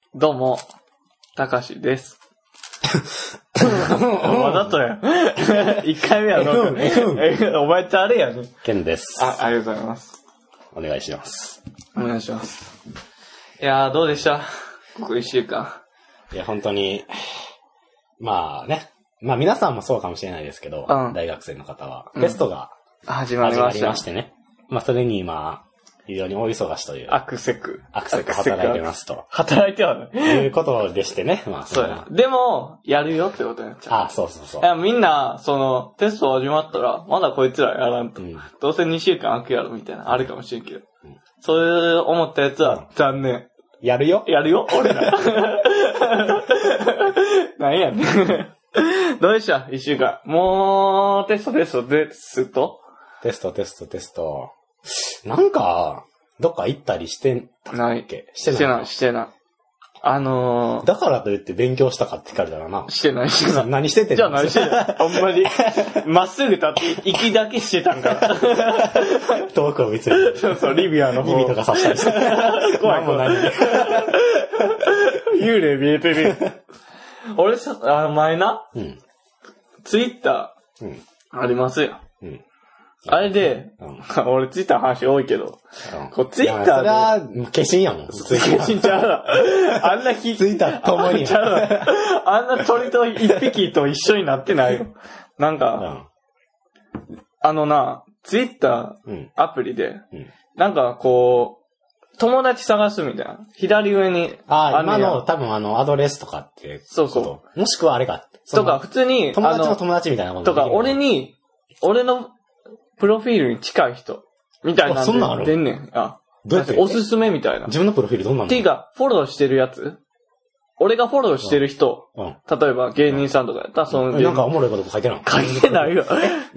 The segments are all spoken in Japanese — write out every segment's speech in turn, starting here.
どうも、たかしです。わざとや。1回目はどうか。お前ってあれやね。 ケンです。 ありがとうございます。 お願いします。 お願いします。いやー、どうでしたここ1週間。 いや、本当に、まあね。まあ皆さんもそうかもしれないですけど、大学生の方は、テストが始まりましてね。まあそれに今、非常に大忙しという。 アクセク働いてますと。 働いてはない。 いうことでしてね。まあそうや。でも、やるよってことになっちゃう。 あ、そうそうそう。 みんな、テスト始まったら、まだこいつらやらんと。どうせ2週間空くやろみたいな、あるかもしれんけど。そういう思ったやつは、残念。 やるよ俺ら。なんやねん。どうでした ?1 週間。もう、テスト。 なんか、どっか行ったりしてないっけ？してない。 だからといって勉強したかって聞かれたらな。 してない。 何しててんの？ じゃあ何してんの？ほんまに。まっすぐ立って、息だけしてたんから。 遠くを見つめて。 そう、リビアの方。 指とか刺したりして。 怖い。幽霊見えてる。俺さ、前な。ツイッター、ありますよ。あれで、俺ツイッターの話多いけど、ツイッターで。それは、化身やもん。化身ちゃうわ。あんなツイッターともに。 ちゃうわ。あんな鳥と一匹と一緒になってないよ。なんか、ツイッターアプリで、なんかこう、友達探すみたいな。左上に。 今の多分アドレスとかって。 そう。 もしくはあれか。 とか、普通に。 友達の友達みたいなこと。 とか、俺の、プロフィールに近い人。みたいなんで出んねん。 どうやっておすすめみたいな。 自分のプロフィールどんなの？ ていうか、フォローしてるやつ？俺がフォローしてる人。例えば芸人さんとかやったら、 なんかおもろいこと書いてないの？ 書いてないよ。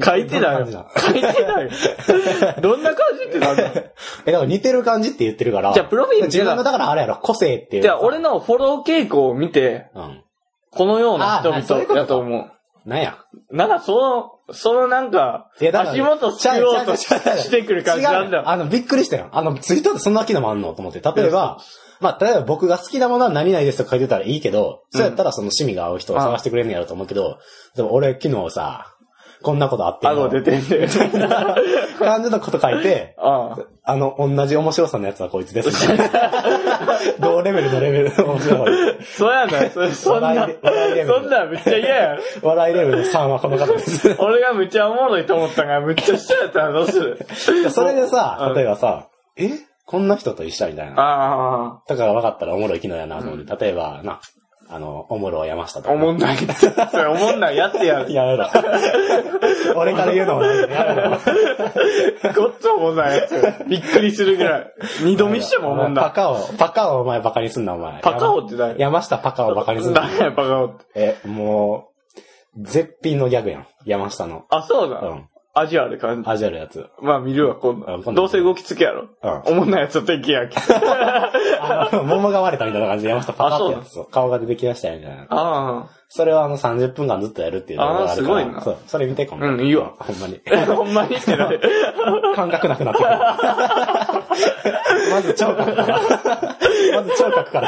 どんな感じってなんだだから似てる感じって言ってるから。 じゃあ、プロフィール自分のだからあれやろ、個性っていう。 じゃあ、俺のフォロー傾向を見て、このような人々だと思う。 なんや。 なんかそのなんか、足元作ろうとしてくる感じなんだよ。 びっくりしたよ。ツイッターでそんな機能もあんのと思って。例えば僕が好きなものは何々ですとか書いてたらいいけど、そうやったらその趣味が合う人を探してくれるんやろうと思うけど、でも俺昨日さ、こんなことあってんの。 出てんね。 感じのこと書いて、同じ面白さのやつはこいつです。同レベルの面白い。 そうやな、そんなめっちゃ嫌や。 笑いレベルの3はこの方です。 俺がめっちゃおもろいと思ったから、めっちゃ下やったらどうする？ それでさ、例えばさ、こんな人と一緒みたいな。だから分かったらおもろい機能やなと思って、例えばおもろ山下とか。 おもんない。それおもんないやってやる。 やめろ。俺から言うのもないけど、やめろ。 ごっつおもんないやつ。びっくりするぐらい。二度見してもおもんない。 パカオお前バカにすんな、お前。 パカオって何？ 山下パカオバカにすんな。 何や、パカオって。 もう、絶品のギャグやん。山下の。 そうだ。アジアル感じ。 アジアルやつ。 まあ見るわ、今度。どうせ動きつけやろ。おもんないやつと敵やけ。 桃が割れたみたいな感じで山下パカってやつ。顔が出てきましたよ、みたいな。それを30分間ずっとやるっていうのがあるから。すごいな。そう。それ見て、今度。 いいわ。 ほんまに。 ほんまにってなる。 感覚なくなってくる。まず聴覚から。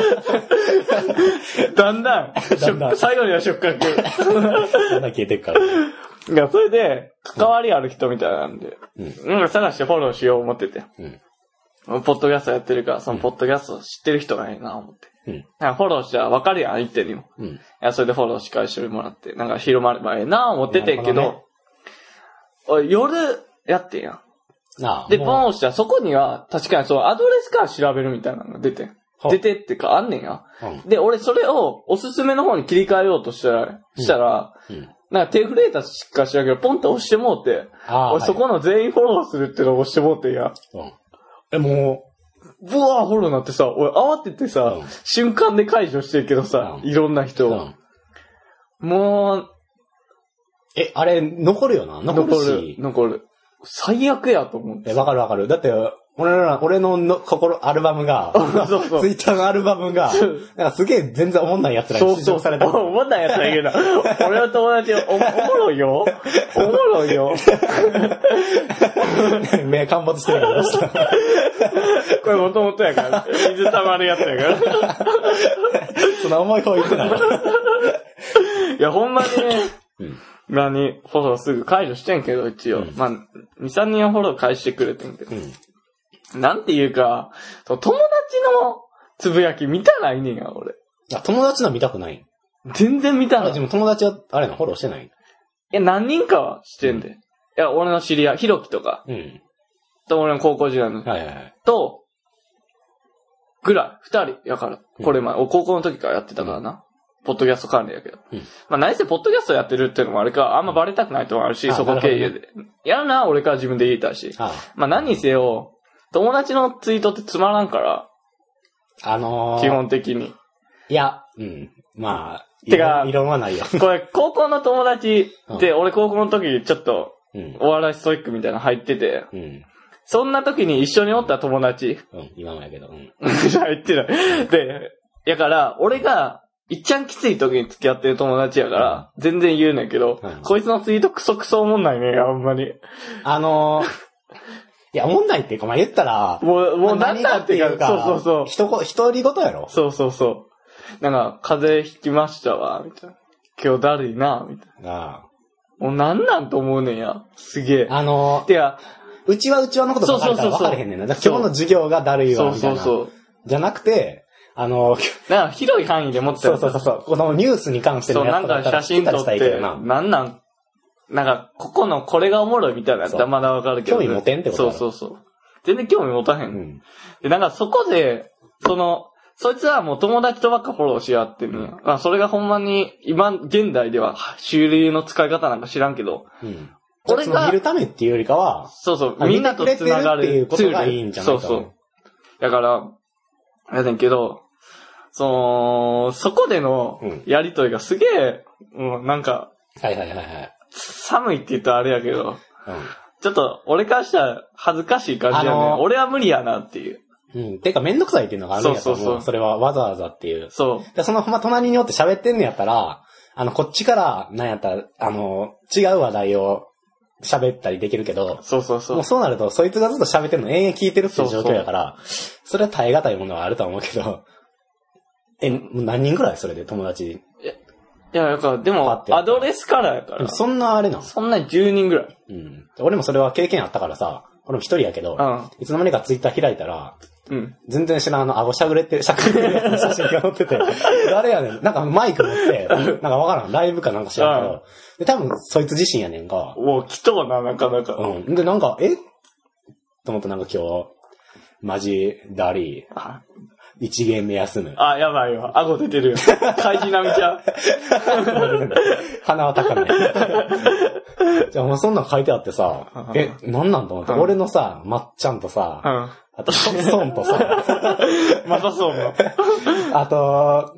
だんだん、最後には触覚。 だんだん消えてくから。 それで、関わりある人みたいなんで、探してフォローしよう思ってて。ポッドキャストやってるから、そのポッドキャスト知ってる人がいいな思って。フォローしたら分かるやん、相手にも。それでフォローし返してもらって、なんか広まればええな思っててんけど、夜やってんやん。で、ポン押したらそこには、確かにアドレスから調べるみたいなのが出てってかあんねんや。で、俺それをおすすめの方に切り替えようとしたら、なんか手震えたしか知らんけど、ポンって押してもうて、俺そこの全員フォローするっていうのを押してもうてんや。もう、ブワーフォローになってさ、俺慌ててさ、瞬間で解除してるけどさ、いろんな人を。もう、 あれ、残るよな。残る。 最悪やと思って。 わかる。だって、 俺のアルバムが、 そうそうツイッターのアルバムが、なんかすげえ全然おもんない奴らに試乗された。 おもんない奴らいるな。俺の友達おもろいよ。おもろいよ。 目陥没してるからした。 これもともとやから。水溜まるやつやから。 そんな重い方言ってない。 いや、ほんまにね、フォローすぐ解除してんけど、一応。まあ、2、3人はフォロー返してくれてんけど。なんていうか、友達のつぶやき見たないねんや、俺。 友達の見たくない？ 全然見たない。 でも友達は、あれな、フォローしてない？いや、何人かはしてんで。いや、俺の知り合い、ひろきとか。と、俺の高校時代の。と、ぐらい、2人。やから、これ前、高校の時からやってたからな。ポッドキャスト関連やけど。まあ、何せポッドキャストやってるっていうのもあれか、あんまバレたくないともあるし、そこ経由で。やるな、俺から自分で言いたいし。まあ、何にせよ、友達のツイートってつまらんから。基本的に。 いや、まあ、てか、異論はないよ。 これ、高校の友達って、俺高校の時ちょっと、お笑いストイックみたいなの入ってて、そんな時に一緒におった友達。 今もやけど。 入ってない。で、やから、俺が、いっちゃんきつい時に付き合ってる友達やから、全然言うねんけど、こいつのツイートクソおもんないね、あんまり。 いや、おもんないっていうか、まあ、言ったら、 もうなんだっていうか、そう。 独り言やろ？ そう。なんか、風邪ひきましたわ、みたいな。今日だるいな、みたいな。もうなんと思うねんや。すげえ。てか、 うちわのことばかりから分かれへんねんな。今日の授業がだるいわ、みたいな。じゃなくて、なんか広い範囲で持ってる。そう。このニュースに関してのやつとかだったら写真撮って、なんか、ここのこれがおもろいみたいなやつはまだわかるけど。 興味持てんってことそう。全然興味持たへん。で、なんかそこで、そいつはもう友達とばっかフォローし合ってるね。まあそれがほんまに、現代では主流の使い方なんか知らんけど。 俺が。見るためっていうよりかは、 みんなと繋がるっていうことがいいんじゃないかな。 そう。だから、やねんけど、そこでのやりとりがすげえ、なんか、寒いって言ったらあれやけど、ちょっと俺からしたら恥ずかしい感じやねん。俺は無理やなっていう。 てかめんどくさいっていうのがあるんやと思う。それはわざわざっていう。で、そのほんま隣におって喋ってんのやったら、こっちから、なんやったら、違う話題を喋ったりできるけど、もうそうなると、そいつがずっと喋ってるの延々聞いてるっていう状況やから、それは耐え難いものはあると思うけど、何人くらいそれで友達？ いや、でも、アドレスからやから。 そんなあれなの？ そんな10人ぐらい。 俺もそれは経験あったからさ、俺も一人やけど、いつの間にかツイッター開いたら、全然知らん顎しゃくれてるやつの写真が載ってて、誰やねん。なんかマイク持って、なんかわからん。ライブかなんか知らんけど、で、多分そいつ自身やねんか。 来とうな、なかなか。 で、なんか、と思ってなんか今日、マジダリー。1ゲーム休む。 やばいよ。顎出てるよ。怪人並みちゃう。 鼻は高め。じゃあもうそんなん書いてあってさ、なんなんと思って。俺のさ、まっちゃんとさ、あと、ソンとさ、 またそうな。 あと、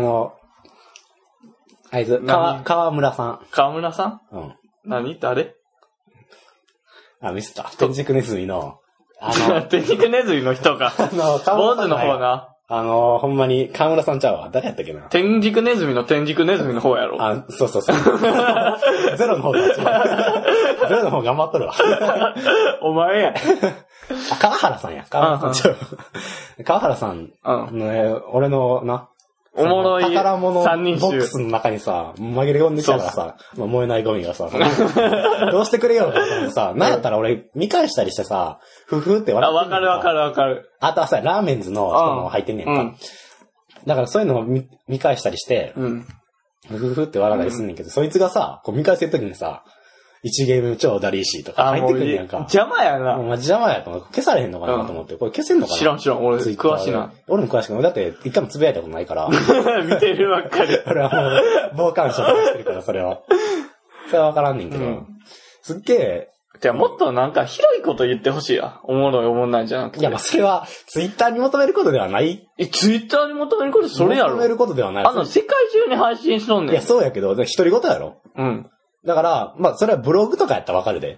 あいつ、川村さん。 川村さん？何誰？ ミスター。天竺ネズミの、 天竺ネズミの人か。坊主の方な。 ほんまに、河村さんちゃうわ。誰やったっけな。 天竺ネズミの方やろ。 そう。ゼロの方だ。ゼロの方頑張っとるわ。 お前や。 川原さんや。川原さんの、俺のな、 おもろい宝物ボ三人ックスの中にさ、紛れ込んできたからさ、燃えないゴミがさ、どうしてくれよってさ、なんやったら俺見返したりしてさ、ふふって笑ってんねん。 わかる。 あとはさ、ラーメンズの人も入ってんねんか。だからそういうのを見返したりして、ふふって笑ったりすんねんけど、そいつがさ、こう見返せるときにさ、1ゲーム超ダリーシーとか入ってくんねんか。 邪魔やな。 邪魔やと思って、消されへんのかなと思って、これ消せんのかな？ 知らん。俺詳しいな。 俺も詳しくない。だって一回もつぶやいたことないから。 見てるばっかり。 俺はもう、傍観者とかしてるから、それは。それはわからんねんけど。すっげえ。 じゃあもっとなんか広いこと言ってほしいや。おもろいおもんないじゃなくて。 いや、それは、ツイッターに求めることではない。 ツイッターに求めることそれやろ。 求めることではない。 世界中に配信しとんねん。 いや、そうやけど、独り言やろ。だから、それはブログとかやったらわかるで。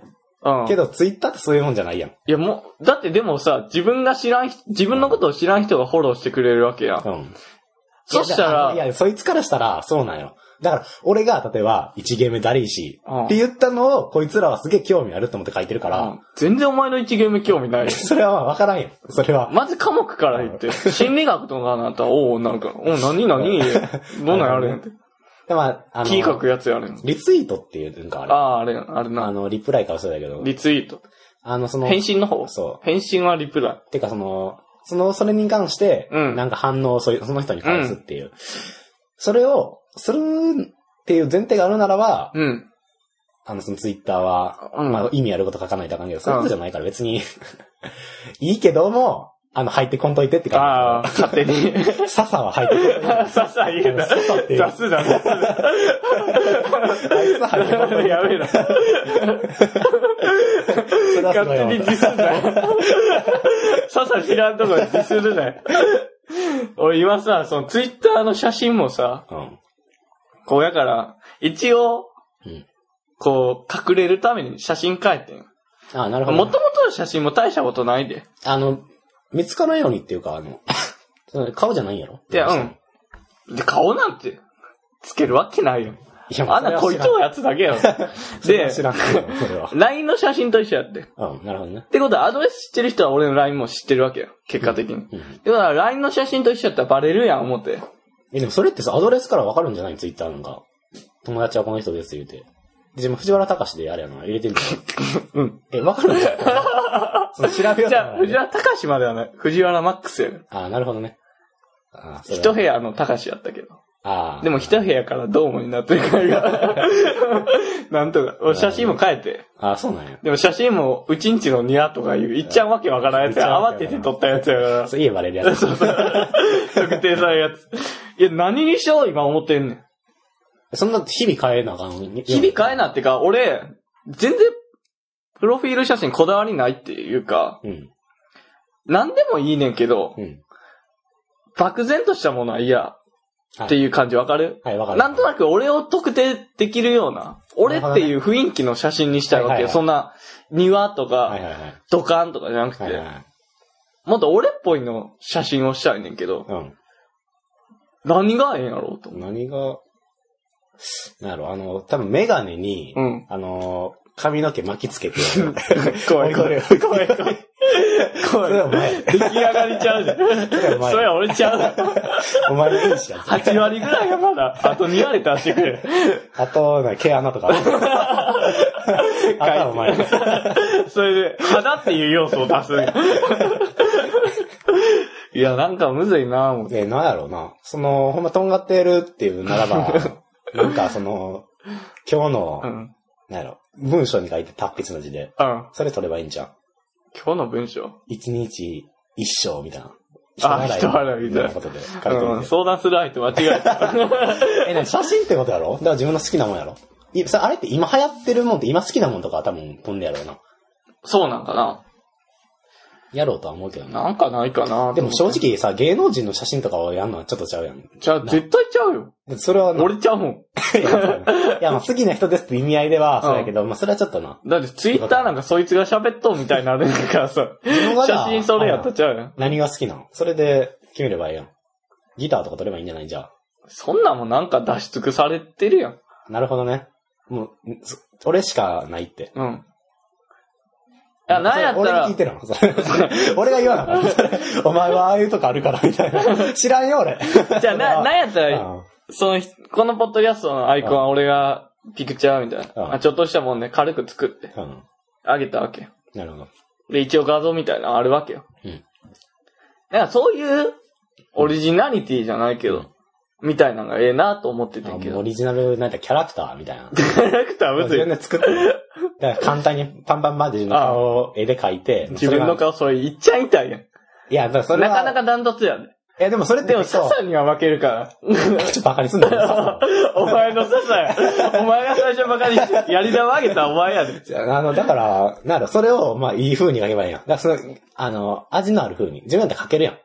うん。 けど、ツイッターってそういうもんじゃないやん。 いやもう、だってでもさ、自分のことを知らん人がフォローしてくれるわけやん。 うん。 そしたら、 いや、そいつからしたら、そうなんよ。だから、俺が、例えば、1ゲームだりーし、って言ったのを、こいつらはすげえ興味あると思って書いてるから、 全然お前の1ゲーム興味ないよ。 それはまあ、わからんよ。それは。 まず科目から言って、心理学とかなったら、おう、なんか、何どんなんやるんって。 でまあ、 T 書くやつやるん。 リツイートっていうのかあれな。 リプライからそうだけど。 リツイート。返信の方？ そう。 返信はリプライ。 てかそれに関して、なんか反応をその人に返すっていう。それを、するっていう前提があるならば、そのツイッターは、まあ意味あること書かないとあかんけど、そういうことじゃないから別に、いいけども、入ってこんといてって感じ。 ああ、勝手に。 笹は入ってこんといて。 笹言うな。 笹っていう。 雑だ。あいつ入ってこんといて。やめろ。勝手にディスんなよ。笹知らんとこでディスるなよ。俺今さ、そのツイッターの写真もさ、こうやから、一応、こう、隠れるために写真変えてん。 ああ、なるほど。 もともとの写真も大したことないで。 見つからんようにっていうか、顔じゃないんやろ？ いや、で、顔なんて、つけるわけないよ。いや、あんなこいつのやつだけやろ。で、 知らんけど、それは。 LINE の写真と一緒やって。 なるほどね。 ってことは、アドレス知ってる人は俺の LINE も知ってるわけよ。結果的に。ってことは、LINE の写真と一緒やったらバレるやん、思って。 でもそれってさ、アドレスからわかるんじゃない？ツイッターなんか。友達はこの人です言うて。でも藤原隆であれやな、入れてんじゃん。わかるんじゃん。調べよう。 じゃあ、藤原隆まではない。藤原マックスやね。 なるほどね。 一部屋の隆やったけど。でも一部屋からドームになってるから、なんとか。写真も変えて。 そうなんや。 でも写真も、うちんちの庭とかいう、いっちゃんわけわからんやつや。慌てて撮ったやつやから。 家バレるやつ。 そう。特定されるやつ。いや、何にしよう今思ってんねん。 そんな日々変えなあかんのに。 日々変えなってか、俺、全然、プロフィール写真こだわりないっていうか、何でもいいねんけど、漠然としたものは嫌っていう感じわかる？ はい、わかる。 なんとなく俺を特定できるような、俺っていう雰囲気の写真にしたいわけよ。そんな、庭とか、土管とかじゃなくて、もっと俺っぽいの写真をしたいねんけど、何がええんやろうと。 何が、なんやろ、多分メガネに、髪の毛巻きつけて、 怖い。それお前。出来上がりちゃうじゃん。それは俺ちゃう。 お前のいいしやつ。 8割ぐらいがまだ、あと2割足してくれ。 あと、毛穴とか。あとはお前。 それで、肌っていう要素を出す。いや、なんかむずいなぁ、思って。 なんやろうな。ほんまとんがってるっていうならば、なんか今日の、なんやろ、文章に書いて達筆の字で、それ取ればいいんじゃん。 今日の文章？ 一日一生みたいな。 人笑いみたいなことで書いてる。相談する相手間違えた。 写真ってことやろ？だから自分の好きなもんやろ？あれって今流行ってるもんって今好きなもんとか多分飛んでやろうな。 そうなんかな。 やろうとは思うけどね。 なんかないかな。 でも正直さ、芸能人の写真とかをやるのはちょっとちゃうやん。 絶対ちゃうよ。 それは俺ちゃうもん。 いや、好きな人ですって意味合いでは、そうやけど、それはちょっとな。 だってツイッターなんかそいつが喋っとうみたいになるんだからさ。写真それやったちゃうやん。 何が好きなの？それで決めればいいやん。ギターとか撮ればいいんじゃない？じゃあ。 そんなもんなんか出し尽くされてるやん。 なるほどね。もう、俺しかないって。 いや、なんやったら。 俺に聞いてるの俺が言わなかった。お前はああいうとこあるからみたいな。知らんよ、俺。 じゃあ、なんやったら、このポッドキャストのアイコンは俺がピクチャーみたいな。ちょっとしたもんね、軽く作って。あげたわけよ。 なるほど。 で、一応画像みたいなのあるわけよ。だからそういうオリジナリティじゃないけど、みたいなのがええなと思ってたけど。 オリジナル、なんかキャラクターみたいな。 キャラクターむずい。 自分で作って。だから簡単にパンパンパンって自分の顔を絵で描いて。 自分の顔それ言っちゃいたいやん。 いや、だからそれは。 なかなかダントツやで。 でもそれって。 でも笹には負けるから。 ちょっとバカにすんだよ。 お前の笹や。お前が最初バカにして、やり玉上げたお前やで。 だから、それを、いい風に書けばいいやん。だから味のある風に。自分だって書けるやん。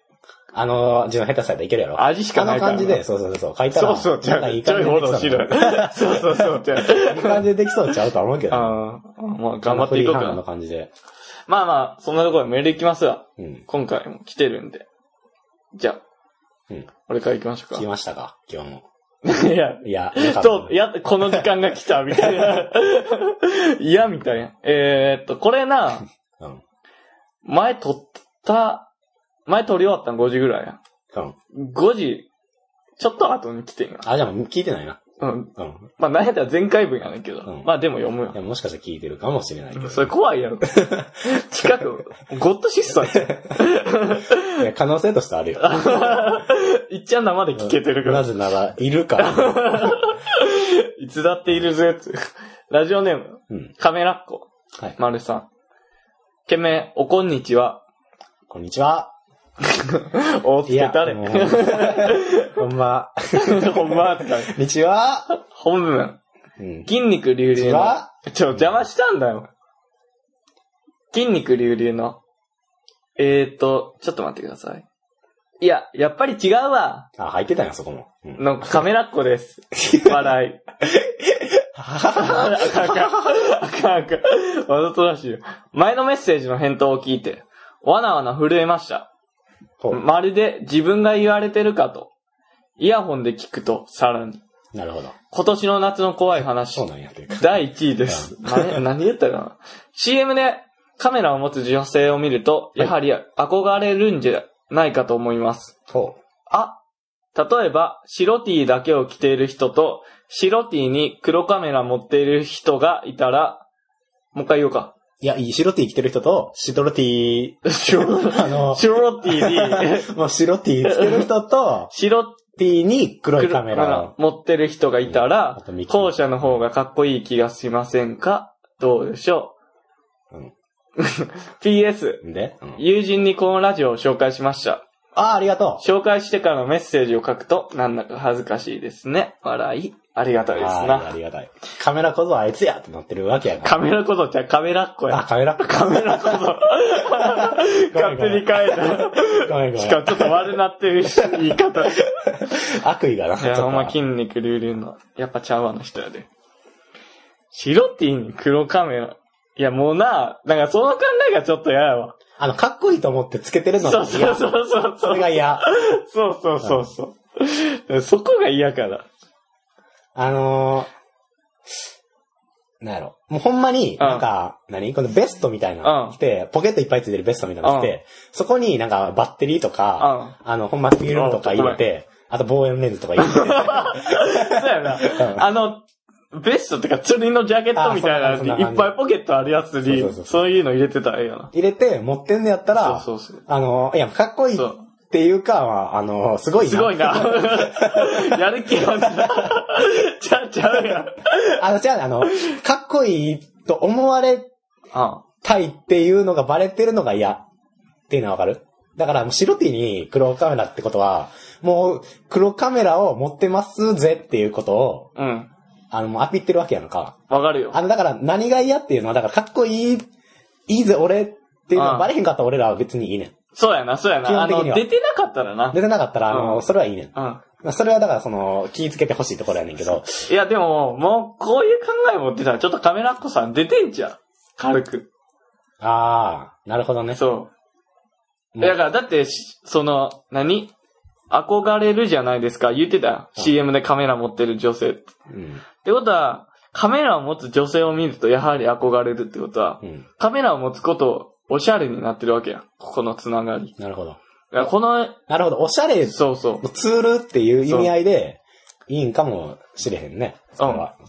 字の下手さやったらいけるやろ。 味しかないから。 感じで、そう、書いたら。 そう、じゃあ、いい感じでできそう。そう、じゃあ。 いい感じでできそうちゃうと思うけど。 まあ、頑張っていこうかな。 の感じで。 まあ、そんなところでメール行きますわ。今回も来てるんで。じゃあ。俺から行きましょうか。 来ましたか今日も。 いや、この時間が来た、みたいな。いや、みたいな。これな、前撮り終わったの5時ぐらいや。5時、ちょっと後に来てんよ。 じゃあもう聞いてないな。 まあ、何やったら前回分やねんけど。まあ、でも読むよ。 いや、もしかしたら聞いてるかもしれないけど。 それ怖いやろ。近く、ゴッドシスターいや、可能性としてあるよ。 いっちゃん生で聞けてるから。 なぜなら、いるから。 いつだっているぜ。ラジオネーム、カメラっ子。丸さん。件名、おこんにちは。 こんにちは。 おつけたれ。 ほんま。 ほんまってこんにちは。 本文。筋肉隆々の。邪魔したんだよ。筋肉隆々の。ちょっと待ってください。いや、やっぱり違うわ。 入ってたんや、そこも。 のカメラっ子です。笑い。あかん。わざとらしいよ。前のメッセージの返答を聞いて、わなわな震えました。まるで自分が言われてるかと。イヤホンで聞くと、さらに。 なるほど。 今年の夏の怖い話。 そうなんやっていうか。 第1位です。何言ったかな ?CM でカメラを持つ女性を見ると、やはり憧れるんじゃないかと思います。例えば、白 T だけを着ている人と、白 T に黒カメラ持っている人がいたら、もう一回言おうか。 いや、白 T 着てる人と、白 T、 白 T に、 もう白 T 着てる人と、 白 T に黒いカメラを持ってる人がいたら、後者の方がかっこいい気がしませんか？どうでしょう、PS、友人にこのラジオを紹介しました。 ありがとう。紹介してからのメッセージを書くと、なんだか恥ずかしいですね。笑い。ありがたいですな。 ありがたい。カメラこそあいつやってなってるわけやから。 カメラこそじゃカメラっ子や。 カメラっ子。 カメラこそ。勝手に変えた。しかもちょっと悪なってる言い方。 悪意がな。 いや、ほんま筋肉隆々の、やっぱ茶碗の人やで。白 T に黒カメラ。いや、もうなんかその考えがちょっと嫌やわ。 かっこいいと思ってつけてるのが嫌。 そう。 それが嫌。 そう。そこが嫌から。 なんやろ。もうほんまに、なんか、このベストみたいなの着て、ポケットいっぱいついてるベストみたいなの着て、そこになんかバッテリーとか、ほんまフィルムとか入れて、あと望遠レンズとか入れて。そうやな。ベストってか釣りのジャケットみたいなのにいっぱいポケットあるやつに、そういうの入れてたらええよな。 入れて、持ってんのやったら、いや、かっこいいっていうか、すごいな。 すごいな。やる気がな。ちゃうやん。 じゃあ、かっこいいと思われたいっていうのがバレてるのが嫌っていうのはわかる？だから、白 T に黒カメラってことは、もう、黒カメラを持ってますぜっていうことを、もうアピってるわけやのか。 わかるよ。 だから何が嫌っていうのは、だからかっこいいぜ俺っていうのがバレへんかったら俺らは別にいいねん。 そうやな。出てなかったらな。 出てなかったら、それはいいねん。それはだから気ぃつけてほしいところやねんけど。 いやでも、もうこういう考え持ってたらちょっとカメラっ子さん出てんじゃん。軽く。 なるほどね。 そう。だからだって、憧れるじゃないですか。言ってたよ。CM でカメラ持ってる女性って。ってことは、カメラを持つ女性を見るとやはり憧れるってことは、カメラを持つことをおしゃれになってるわけや。ここのつながり。 なるほど。 なるほど。 おしゃれツールっていう意味合いでいいんかもしれへんね。それは。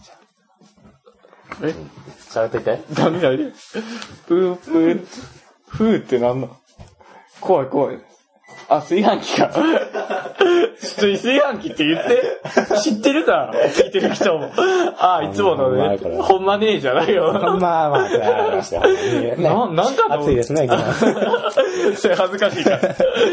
喋っといて。ダメだね。ふーってなんの？怖い。炊飯器か。炊飯器って言って。知ってるから、聞いてる人も。いつものね。ほんまねえじゃないよ。 まあ、 なんか暑いですね、 それ恥ずかしいから。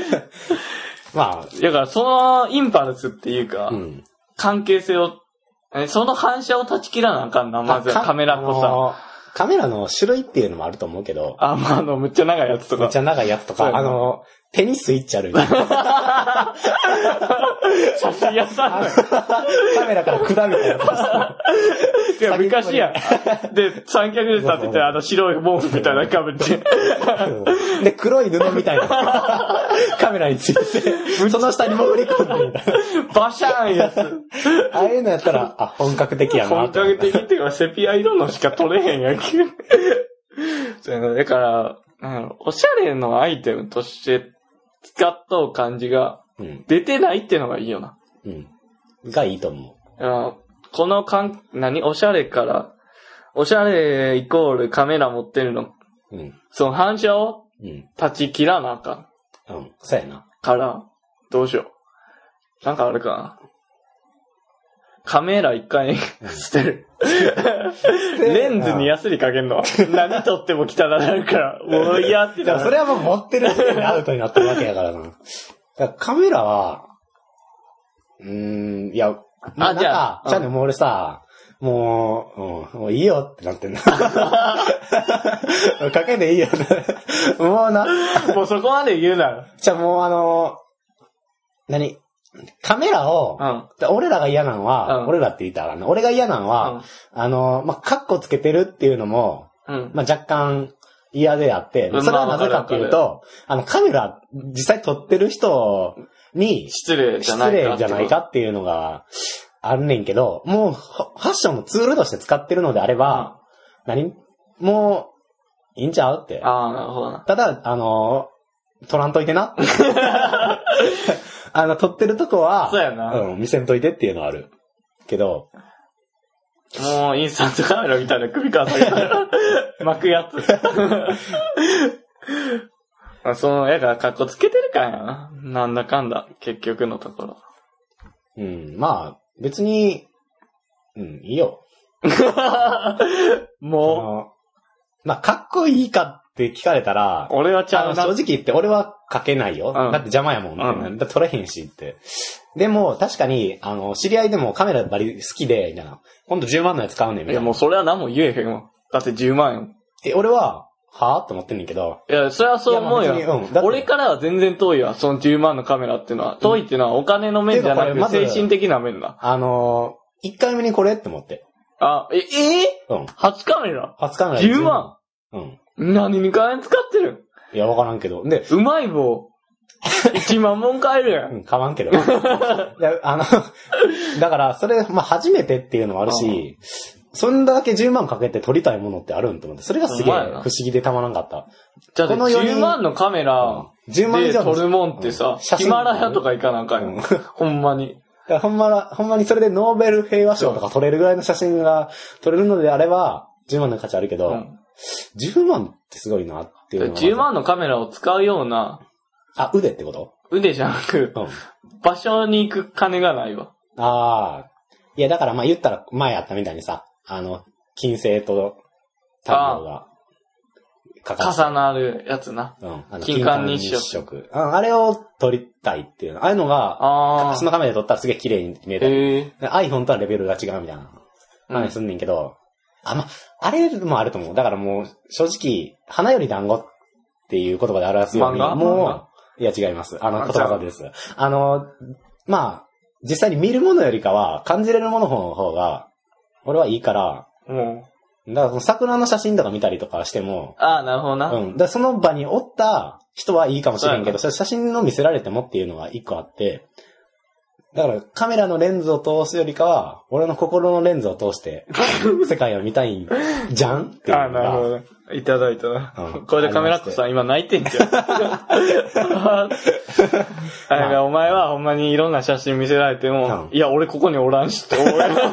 だからそのインパルスっていうか、関係性を、その反射を断ち切らなあかんな、まずはカメラっぽさ。 カメラの種類っていうのもあると思うけど。 むっちゃ長いやつとか。 手にスイッチあるみたいな。 写真屋さんカメラから管みたいな。 いや、昔や。で、三脚で立ってて、白い毛布みたいなかぶって。 で、黒い布みたいな。カメラについてて、その下に潜り込んでみたいな。 バシャーンやつ。 ああいうのやったら、あ、本格的やな。 本格的っていうか、セピア色のしか撮れへんやんけ。だから、おしゃれのアイテムとして使っとう感じが出てないっていうのがいいよな。 うん。がいいと思う。このおしゃれから、おしゃれイコールカメラ持ってるの。 うん。 その反射を断ち切らなあかん。 うん。そうやな。 から、どうしよう。なんかあるかな。カメラ一回捨てる。レンズにヤスリかけんの。何撮っても汚なるから、もう嫌ってなる。 それはもう持ってる時点でアウトになってるわけやからな。だからカメラは、いや、じゃあね、もう俺さ、もういいよってなってんの。かけていいよ。もうもうそこまで言うなら。 じゃあもうカメラを、俺らが嫌なのは、俺らって言ったらな、俺が嫌なのは、カッコつけてるっていうのも、若干嫌であって、それはなぜかっていうと、カメラ実際撮ってる人に失礼じゃないかっていうのがあるねんけど、もうファッションのツールとして使ってるのであれば、もういいんちゃうって。 なるほどな。 ただ、撮らんといてな。撮ってるとこは、 そうやな。 見せんといてっていうのはある。けど、 もうインスタントカメラみたいな首から下げたら巻くやつ。やからカッコつけてるからやな。なんだかんだ、結局のところ。 まあ、別に、いいよ。 もう、かっこいいかって聞かれたら、 俺はちゃうな。 正直言って俺は書けないよ。だって邪魔やもん。だって撮れへんしって。でも、確かに、知り合いでもカメラバリ好きで、みたいな。今度10万のやつ買うねんみたいな。 いや、もうそれは何も言えへんわ。だって10万円。 俺は、はぁって思ってんねんけど。 いや、それはそう思うよ。俺からは全然遠いわ。その10万のカメラっていうのは。遠いっていうのはお金の面じゃなくて精神的な面だ。 1回目にこれって思って。 初カメラ初カメラ。 10万何に金使ってる？ いや、わからんけど。で、 うまい棒。1万本買えるやん。 買わんけど。だから、それ、初めてっていうのもあるし、そんだけ10万かけて撮りたいものってあるんと思って、それがすげえ不思議でたまらんかった。 じゃあ、10万のカメラで撮るもんってさ、ヒマラヤとか行かなあかんよ。ほんまに。 ほんまにそれでノーベル平和賞とか撮れるぐらいの写真が撮れるのであれば、10万の価値あるけど、10万ってすごいなっていうのは。 10万のカメラを使うような、 腕ってこと？ 腕じゃなく、場所に行く金がないわ。 いや、だから言ったら前あったみたいにさ、金星と太陽が重なるやつな。金環日食。 あれを撮りたいっていうの。ああいうのが、そのカメラで撮ったらすげえ綺麗に見えた。iPhone とはレベルが違うみたいな話すんねんけど、あれもあると思う。だからもう、正直、花より団子っていう言葉で表すように、いや違います。言葉です。実際に見るものよりかは、感じれるものの方が、俺はいいから、だから桜の写真とか見たりとかしても、 なるほどな。 だからその場におった人はいいかもしれんけど、それ写真の見せられてもっていうのが一個あって、だからカメラのレンズを通すよりかは、俺の心のレンズを通して世界を見たいじゃんっていうのが。 なるほど。いただいたな。これでカメラっ子さん今泣いてんじゃん。お前はほんまにいろんな写真見せられても、いや俺ここにおらんしって思う。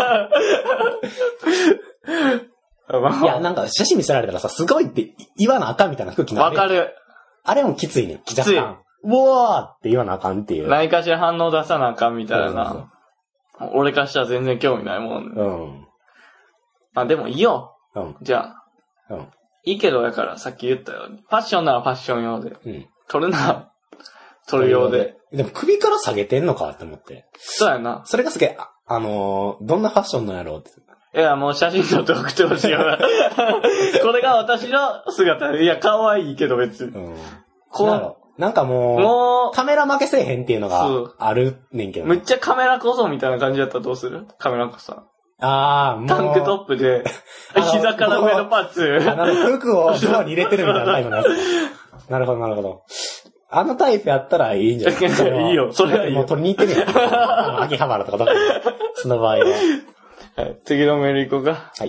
いや、なんか写真見せられたらさ、すごいって言わなあかんみたいな空気になる。 わかる。 あれもきついね。 きつい。 うわーって言わなあかんっていう。 何かしら反応出さなあかんみたいな。俺からしたら全然興味ないもん。でもいいよ。じゃあ。いいけど、だからさっき言ったように。ファッションならファッション用で。撮るなら撮る用で。 でも首から下げてんのかって思って。 そうやな。 それがすげえ、どんなファッションなんやろうって。 いや、もう写真撮って送ってほしいよな。これが私の姿。いや、可愛いけど別に。 なんかもう、カメラ負けせえへんっていうのがあるねんけど。 めっちゃカメラこそみたいな感じだったらどうする？カメラこそ。 ああ、もう。 タンクトップで、膝から上のパーツ。 服をドアに入れてるみたいなタイプのやつ。なるほど、なるほど。あのタイプやったらいいんじゃないいいよ、それはいいよ。 もう取りに行ってるやん。秋葉原とかどこその場合は。 はい、次のメール行こうか。 はい。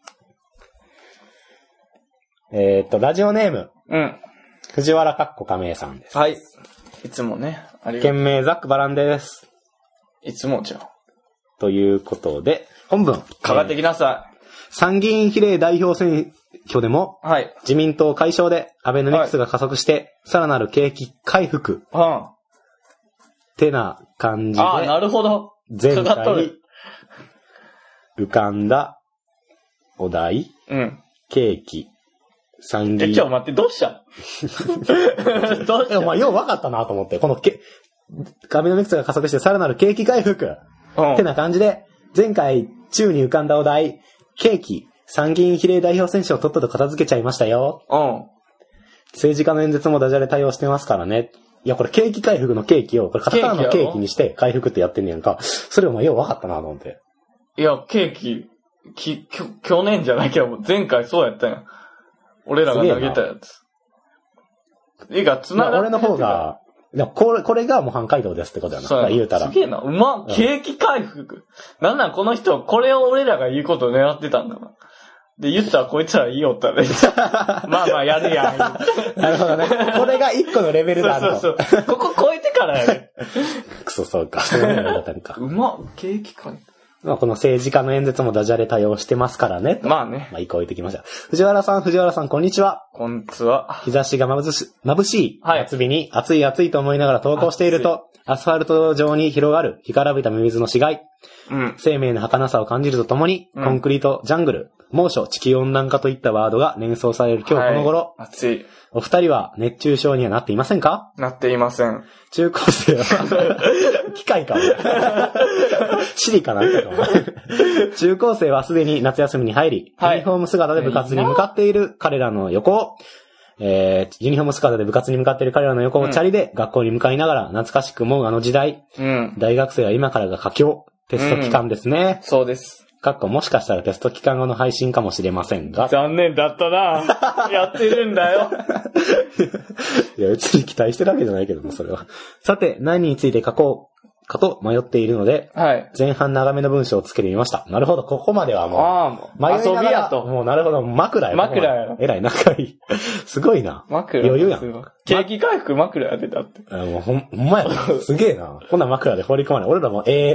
ラジオネーム。 うん。 藤原かっこ亀井さんです。 はい。いつもね、ありがとう。 件名ザックバランです。 いつもじゃん。 ということで、本文。 かかってきなさい。 参議院比例代表選挙でも、 はい。 自民党解消でアベノミクスが加速して、はい、さらなる景気回復。 うん。 てな感じで。 あ、なるほど。 前回浮かんだお題。 うん。 景気。参議院。 ちょ、待って、どうしたどうしたお前、よう分かったなと思って。このアベノミクスが加速してさらなる景気回復。ってな感じで、前回、宙に浮かんだお題、景気、参議院比例代表選手をとっとと片付けちゃいましたよ。 うん。 政治家の演説もダジャレ対応してますからね。いや、これ景気回復の景気を、これカタカナの景気にして回復ってやってんねやんか。それお前よう分かったなと思って。 いや、景気、去年じゃないけど、前回そうやったやん。俺らが投げたやつ。いいか、繋がってる。 俺の方が、でもこれが模範解答ですってことやな。そう言うたら。 すげえな。景気回復。なんなんこの人、これを俺らが言うことを狙ってたんだな。で、言ったらこいつら言いよったね。まあまあやるやん。 なるほどね。これが一個のレベルだと。 そう。ここ超えてからやね。 くそ、そうか。そういうのだったんか。 景気回復。 まあこの政治家の演説もダジャレ対応してますからね。 まあね。 まあ一個置いてきました。藤原さん、こんにちは。 こんにちは。 日差しが眩しい夏日に暑いと思いながら投稿していると、アスファルト上に広がる干からびたミミズの死骸。うん。生命の儚さを感じるとともに、コンクリートジャングル、猛暑、地球温暖化といったワードが連想される今日この頃。 はい、暑い。 お二人は熱中症にはなっていませんか？ なっていません。 中高生は、機械かシリかなんか中高生はすでに夏休みに入り、ユニフォーム姿で部活に向かっている彼らの横を、ユニフォーム姿で部活に向かっている彼らの横をチャリで学校に向かいながら懐かしく思うあの時代。うん、大学生は今からが佳境、テスト期間ですね。 うん、そうです。 もしかしたらテスト期間後の配信かもしれませんが。 残念だったな。やってるんだよ。 いや、別に期待してるわけじゃないけどな、それは。さて、何について書こうかと迷っているので、はい、前半長めの文章をつけてみました。なるほど、ここまではもう、 遊びやと。 もうなるほど、枕や。 枕や。 えらい仲いい。すごいな。 枕。 余裕やん。 景気回復枕やってたって。 もうほんまやな。すげえな。こんな枕で放り込まない。俺らも、景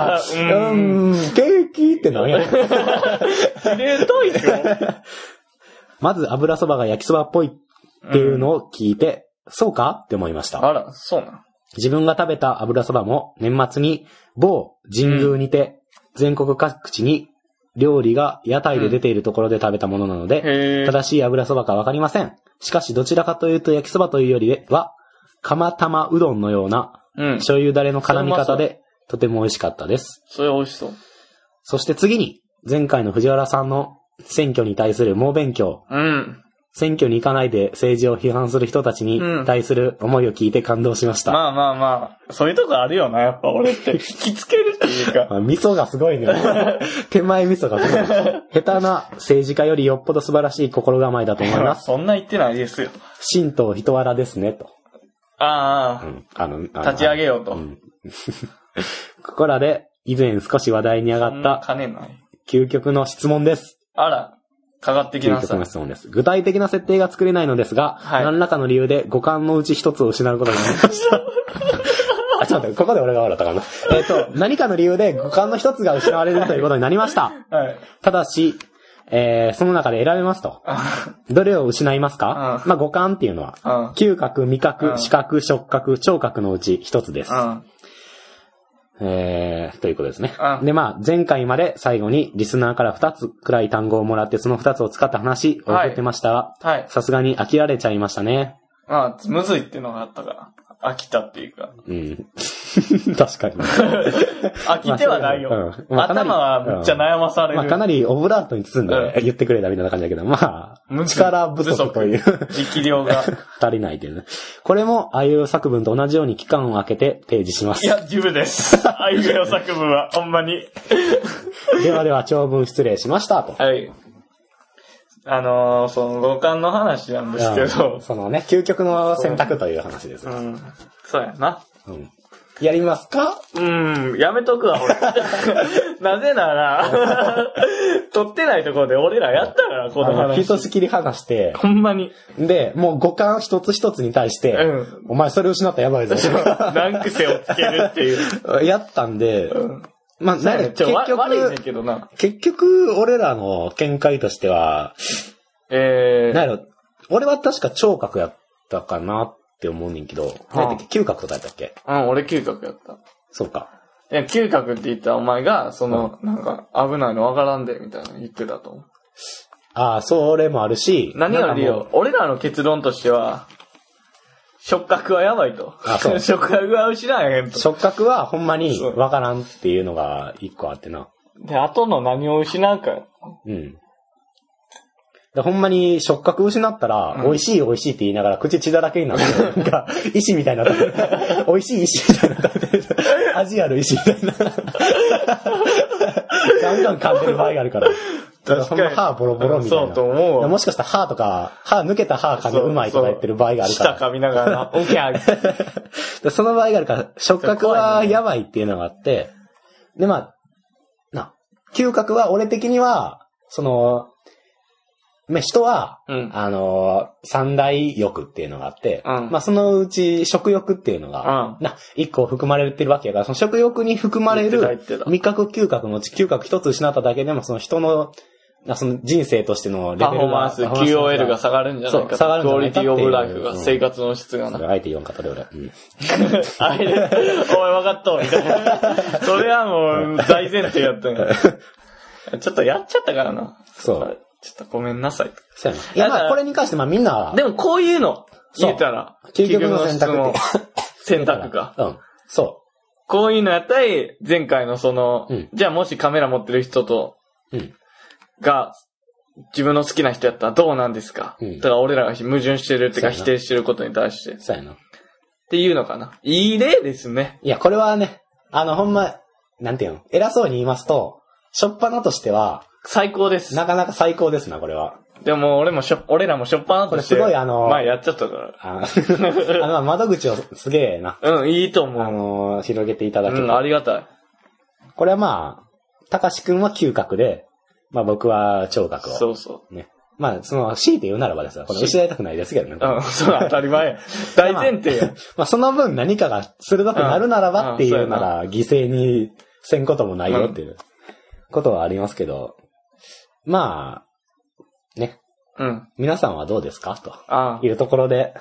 気って何やねん。 綺麗といよ。 まず油そばが焼きそばっぽいっていうのを聞いて、そうかって思いました。 あら、そうな。 自分が食べた油そばも年末に某神宮にて全国各地に料理が屋台で出ているところで食べたものなので、正しい油そばかわかりません。しかしどちらかというと焼きそばというよりは、釜玉うどんのような醤油だれの絡み方でとても美味しかったです。 それ美味しそう。 そして次に前回の藤原さんの選挙に対する猛勉強。選挙に行かないで政治を批判する人たちに対する思いを聞いて感動しました。 まあ。そういうとこあるよな、やっぱ俺って。引きつけるっていうか。 味噌がすごいね。手前味噌がすごい。下手な政治家よりよっぽど素晴らしい心構えだと思います。 そんな言ってないですよ。 神道人柄ですね、と。 立ち上げようと。 ここらで以前少し話題に上がった究極の質問です。 あら。かかってきました。 究極の質問です。具体的な設定が作れないのですが、何らかの理由で五感のうち一つを失うことになりました。ちょっと待って、ここで俺が笑ったかな。何かの理由で五感の一つが失われるということになりました。はい、ただし、その中で選べますと。どれを失いますか？五感っていうのは、嗅覚、味覚、視覚、触覚、聴覚のうち一つです。ということですね。で、前回まで最後にリスナーから2つくらい単語をもらってその2つを使った話を送ってましたが、さすがに飽きられちゃいましたね。 むずいっていうのがあったから。 飽きたっていうか。 うん。確かに。 飽きてはないよ。頭はめっちゃ悩まされる。 かなりオブラートに包んで言ってくれたみたいな感じだけど、力不足という。 力量が。 足りないというね。これも、あいうえお作文と同じように期間を空けて提示します。 いや、十分です。あいうえお作文は、ほんまに。 では、長文失礼しましたと。 はい。その五感の話なんですけど。 そのね、究極の選択という話です。 そうやな。 やりますか？ やめとくわ、俺。なぜなら、撮ってないところで俺らやったから、この話。 ひとしきり話して。 ほんまに。 で、もう五感一つ一つに対して、お前それ失ったらやばいぞ。 難癖をつけるっていう。 やったんで、まあ、結局、俺らの見解としては、俺は確か聴覚やったかなって思うねんけど、嗅覚とかやったっけ？ 俺嗅覚やった。 そうか。 いや、嗅覚って言ったらお前が、なんか、危ないのわからんで、みたいな言ってたと思う。 ああ、それもあるし。 何よりよ、俺らの結論としては、触覚はやばいと。触覚は失えへんと。 触覚はほんまにわからんっていうのが一個あってな。 で、後の何を失うか。 でほんまに触覚失ったら、美味しい美味しいって言いながら口血だらけになって、なんか、石みたいになって、美味しい石みたいになって、味ある石みたいな。ガンガン噛んでる場合があるから。 確かに。 歯ボロボロみたいな。 そうと思う。 もしかしたら歯とか、抜けた歯噛んでうまいとか言ってる場合があるから。 舌噛みながらな。オッケー。その場合があるから、触覚はやばいっていうのがあって、で、嗅覚は俺的には、人は、三大欲っていうのがあって、そのうち食欲っていうのが、一個含まれてるわけやから、その食欲に含まれる味覚嗅覚のうち嗅覚一つ失っただけでも、その人の、その人生としてのレベルが。 パフォーマンス、QOL が下がるんじゃないか。 下がるんじゃないか。 クオリティオブライフが、生活の質がな。 あえて言わんかったで俺。 おい、分かった、みたいな。それはもう、大前提やったんや。ちょっとやっちゃったからな。 そう。 ちょっとごめんなさい。 そうやな。いや、これに関してみんな。 でもこういうの、言ったら。 究極の選択って。 選択か。 そう。 こういうのやったり、前回のじゃあもしカメラ持ってる人と、が、自分の好きな人やったらどうなんですか？だから俺らが矛盾してるっていうか否定してることに対して。 そうやな。 っていうのかな。いい例ですね。 いや、これはね、ほんま、なんていうの、偉そうに言いますと、しょっぱなとしては、 最高です。 なかなか最高ですな、これは。 でも俺らもしょっぱなとして、 これすごい前やっちゃったから。 窓口をすげえな。 いいと思う。広げていただけて。 ありがたい。 これはたかしくんは嗅覚で、僕は聴覚を。 そうそう。 ね。強いて言うならばですよ。この失いたくないですけどね。 そう、当たり前。大前提よ。 その分何かが鋭くなるならばっていうなら、犠牲にせんこともないよっていうことはありますけど、ね。皆さんはどうですかというところで、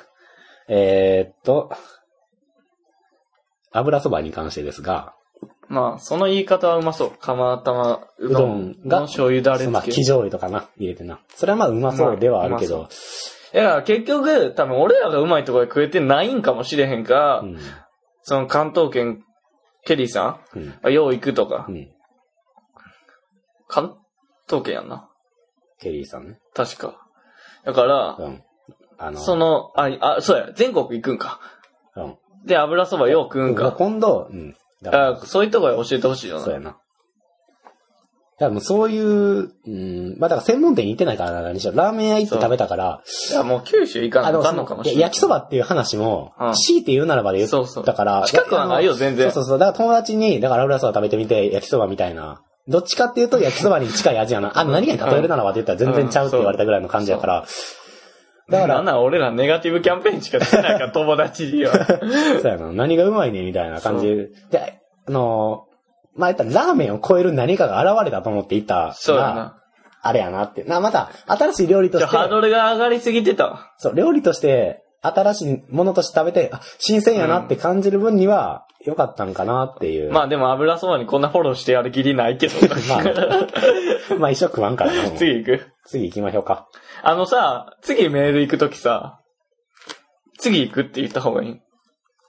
油そばに関してですが、 その言い方はうまそう。釜玉うどんの醤油だれ付け。 生醤油とか入れてな。それはうまそうではあるけど。 いや、結局、多分俺らがうまいところで食えてないんかもしれへんから、その関東圏、ケリーさん、よう行くとか。関東圏やんな。 ケリーさんね。 確か。だから、そうや、全国行くんか。で、油そばよう食うんか。 今度、 そういうところ教えてほしいよな。 そうやな。だからそういう、だから専門店に行ってないからな、何しろ。ラーメン屋行って食べたから。 いや、もう九州行かんのかもしれない。 焼きそばっていう話も、強いて言うならばで言ったから。 近くはないよ、全然。 そう。だから友達に、油そば食べてみて、焼きそばみたいな。どっちかっていうと焼きそばに近い味やな。何かに例えるならばって言ったら全然ちゃうって言われたぐらいの感じやから。 だから。俺らネガティブキャンペーンしかしてないから、友達には。 そうやな。何がうまいねみたいな感じで。言ったらラーメンを超える何かが現れたと思っていた。 そうやな。 あれやなって。また、新しい料理として。 ハードルが上がりすぎてた。 そう、料理として、新しいものとして食べて、新鮮やなって感じる分には、良かったんかなっていう。 でも油そばにこんなフォローしてやる気りないけど。 一生食わんからね。 次行く？ 次行きましょうか。 次メール行くときさ、次行くって言った方がいい？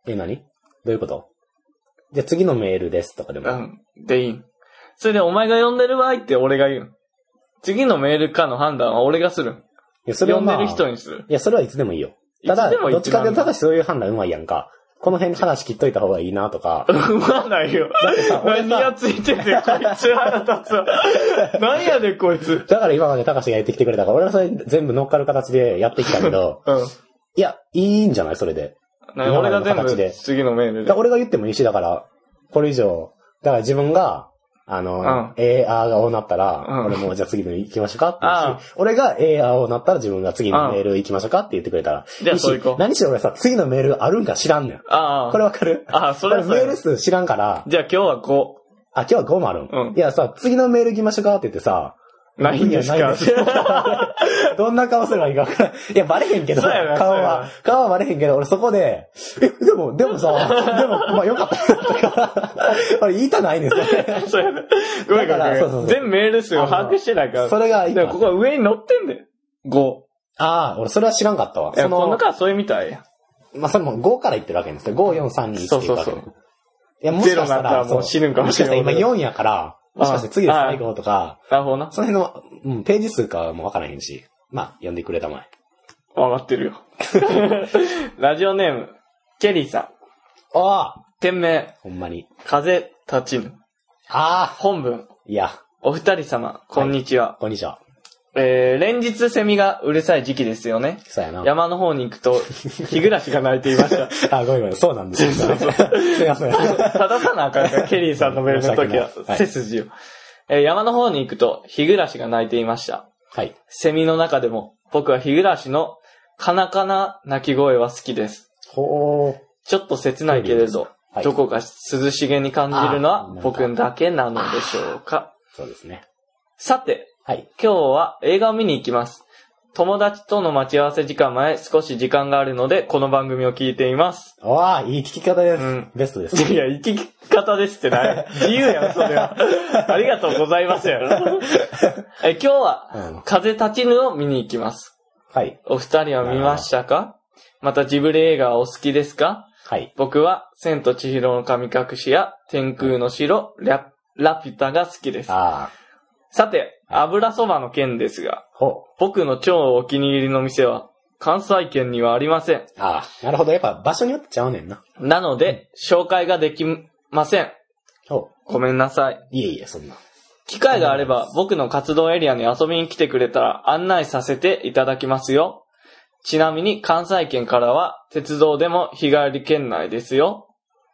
何？どういうこと？じゃあ次のメールですとかでも。 うん。でいい。それでお前が読んでる場合って俺が言う。次のメールかの判断は俺がする。 いや、それは読んでる人にする。 いや、それはいつでもいいよ。ただ、どっちかというと、ただしそういう判断うまいやんか。この辺話切っといた方がいいなとか。 うまないよ。だってさ、何がついてて、こいつ腹立つわ。何やでこいつ。 だから今まで高橋がやってきてくれたから、俺はそれ全部乗っかる形でやってきたけど。うん。いや、いいんじゃないそれで。 俺が全部次のメールで。 俺が言ってもいいし、だから、これ以上、だから自分が、あがおなったら、俺もじゃあ次の行きましょうかって言うし、俺があおなったら自分が次のメール行きましょうかって言ってくれたら。 じゃあそう行こう。 何しろ俺さ、次のメールあるんか知らんねん。これわかる？ それメール数知らんから。 じゃあ今日は5。 今日は5もあるん。いやさ、次のメール行きましょうかって言ってさ、 ないんですかどんな顔すればいいか分からん。いや、バレへんけど、顔はバレへんけど、俺そこで、でもさ、まあよかったとか、俺言いたないねん、 それ。ごめん。全部メール数を把握してないから。 それがいい。 でもここ上に載ってんだよ。5。 俺それは知らんかったわ。 今度からそういうみたいや。 まあ、それも5から言ってるわけですよ。5、4、3、2、1っていうわけ。そう。いや、もしかしたら、 もう死ぬんかもしれない。 今4やから、もしかして次で最後とか、 なるほどな。 その辺の、ページ数かもわからへんし、まあ、読んでくれたまえ。 わかってるよ。ラジオネーム、ケリーさん。店名、 ほんまに。 風立ちぬ。本文。 いや。 お二人様、こんにちは。 こんにちは。 連日セミがうるさい時期ですよね。 そうやな。 山の方に行くと、日暮らしが鳴いていました。 ごめん、そうなんですよ。すいません。 正さなあかんから、ケリーさんのメールの時は、背筋を。山の方に行くと、日暮らしが鳴いていました。 はい。 セミの中でも、僕は日暮らしの、かなかな鳴き声は好きです。ちょっと切ないけれど、どこか涼しげに感じるのは、僕だけなのでしょうか。 そうですね。 さて、 はい。 今日は映画を見に行きます。友達との待ち合わせ時間前、少し時間があるので、この番組を聞いています。 いい聞き方です。ベストです。 いや、いい聞き方ですってない。自由やん、それは。ありがとうございますよ。今日は、風立ちぬを見に行きます。 はい。 お二人は見ましたか？またジブリ映画はお好きですか？ はい。 僕は、千と千尋の神隠しや、天空の城、ラピュタが好きです。さて、油そばの件ですが、僕の超お気に入りの店は、関西圏にはありません。 なるほど。やっぱ場所によってちゃうねんな。 なので、紹介ができません。ごめんなさい。 いえ、そんな。 機会があれば、僕の活動エリアに遊びに来てくれたら案内させていただきますよ。ちなみに、関西圏からは、鉄道でも日帰り圏内ですよ。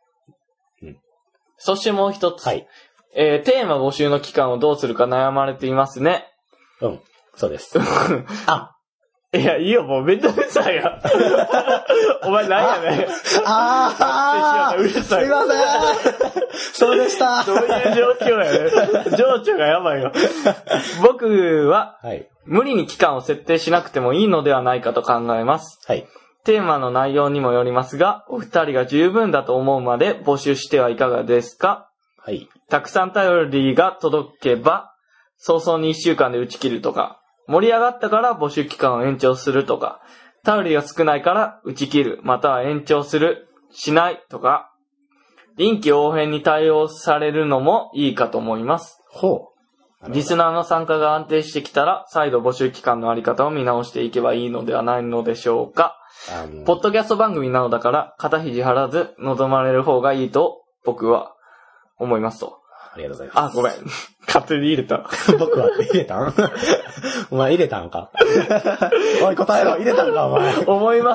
そしてもう一つ。テーマ募集の期間をどうするか悩まれていますね。 そうです。 いや、いいよ、もうめんどくさいや。お前何やねん。 すいません。そうでした。 そういう状況やね。情緒がやばいよ。僕は、無理に期間を設定しなくてもいいのではないかと考えます。テーマの内容にもよりますが、お二人が十分だと思うまで募集してはいかがですか？たくさん頼りが届けば、早々に1週間で打ち切るとか、盛り上がったから募集期間を延長するとか、頼りが少ないから打ち切る、または延長する、しないとか、臨機応変に対応されるのもいいかと思います。リスナーの参加が安定してきたら、再度募集期間のあり方を見直していけばいいのではないのでしょうか。ポッドキャスト番組なのだから、肩肘張らず望まれる方がいいと、僕は思いますと。 ありがとうございます。 ごめん。勝手に入れた。 僕は入れたんお前入れたんかおい、答えろ。入れたんか、お前。 思います。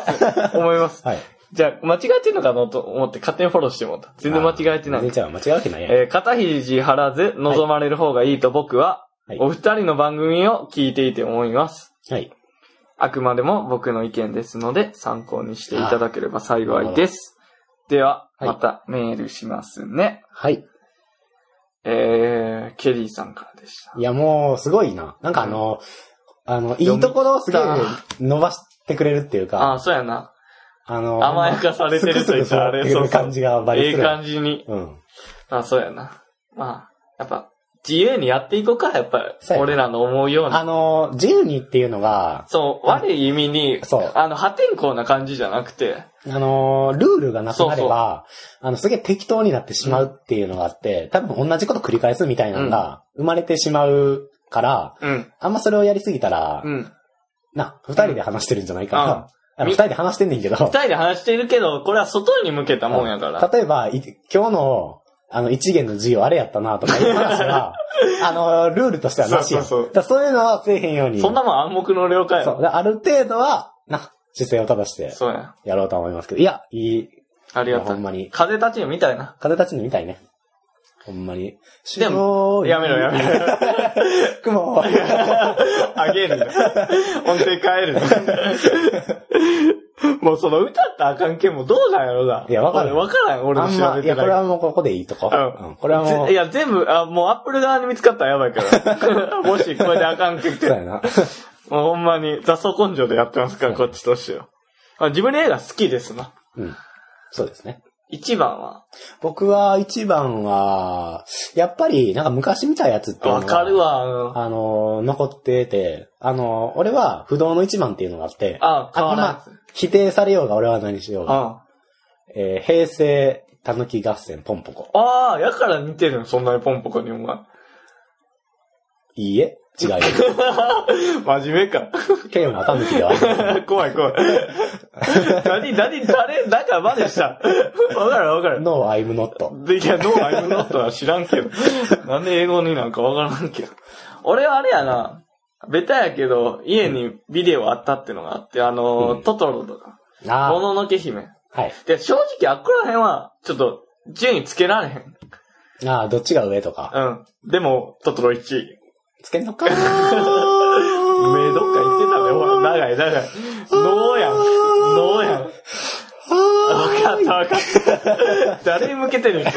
じゃあ、間違えてんのかなと思って勝手にフォローしてもらった。全然間違えてない。 全然間違えてないや。 肩肘張らず望まれる方がいいと僕は、お二人の番組を聞いていて思います。あくまでも僕の意見ですので、参考にしていただければ幸いです。では、またメールしますね。ケリーさんからでした。 いや、もう、すごいな。なんかいいところをすげえ伸ばしてくれるっていうか。 そうやな。甘やかされてると言ったらあれ、 そう感じがバリする。 感じに。そうやな。やっぱ、 自由にやっていこうか、やっぱり。俺らの思うように。 自由にっていうのが、 そう、悪い意味に、破天荒な感じじゃなくて、 ルールがなくなれば、すげえ適当になってしまうっていうのがあって、多分同じこと繰り返すみたいなのが生まれてしまうから、あんまそれをやりすぎたら、二人で話してるんじゃないかな。二人で話してんねんけど。 二人で話してるけど、これは外に向けたもんやから。 例えば、今日の、一元の授業あれやったなとかいう話は、ルールとしてはなしや。そういうのはせえへんように。 そんなもん暗黙の了解や。 そう。ある程度は、姿勢を正して、やろうと思いますけど。いや、いい。 ありがとう。 ほんまに。 風立ちぬみたいな。 風立ちぬみたいね。ほんまに。 でも、やめろ。 雲あげるんだ。音程変えるの。もうその歌ったらあかんけんもどうなんやろな。 いや、わからん。俺の調べてない。 いや、これはもうここでいいとこ。これはもう。 いや、全部、もうアップル側に見つかったらやばいから。もしこれであかんけって。 そうやな。 もうほんまに雑草根性でやってますから、こっちとしては。自分の映画好きですな。 そうですね。 一番は僕は一番は、やっぱりなんか昔見たやつっていうのが。 わかるわ。 残ってて、俺は不動の一番っていうのがあって、否定されようが俺は何しようが。平成たぬき合戦ポンポコ。 やから似てるの、そんなにポンポコにお前。 いいえ。違います。 真面目か。 ケイオンはたぬきでは怖い。誰なんか真似した。わかる。 No, I'm not. いや、No, I'm not は知らんけど。なんで英語になんかわからんけど。俺はあれやな、ベタやけど、家にビデオあったってのがあって、トトロとか、もののけ姫。 はい。 で、正直あっこら辺は、ちょっと、順位つけられへん。 どっちが上とか。 でも、トトロ1位。 つけんのかー目どっか行ってたね、ほら、長い。ノーやん。わかった。誰に向けてる人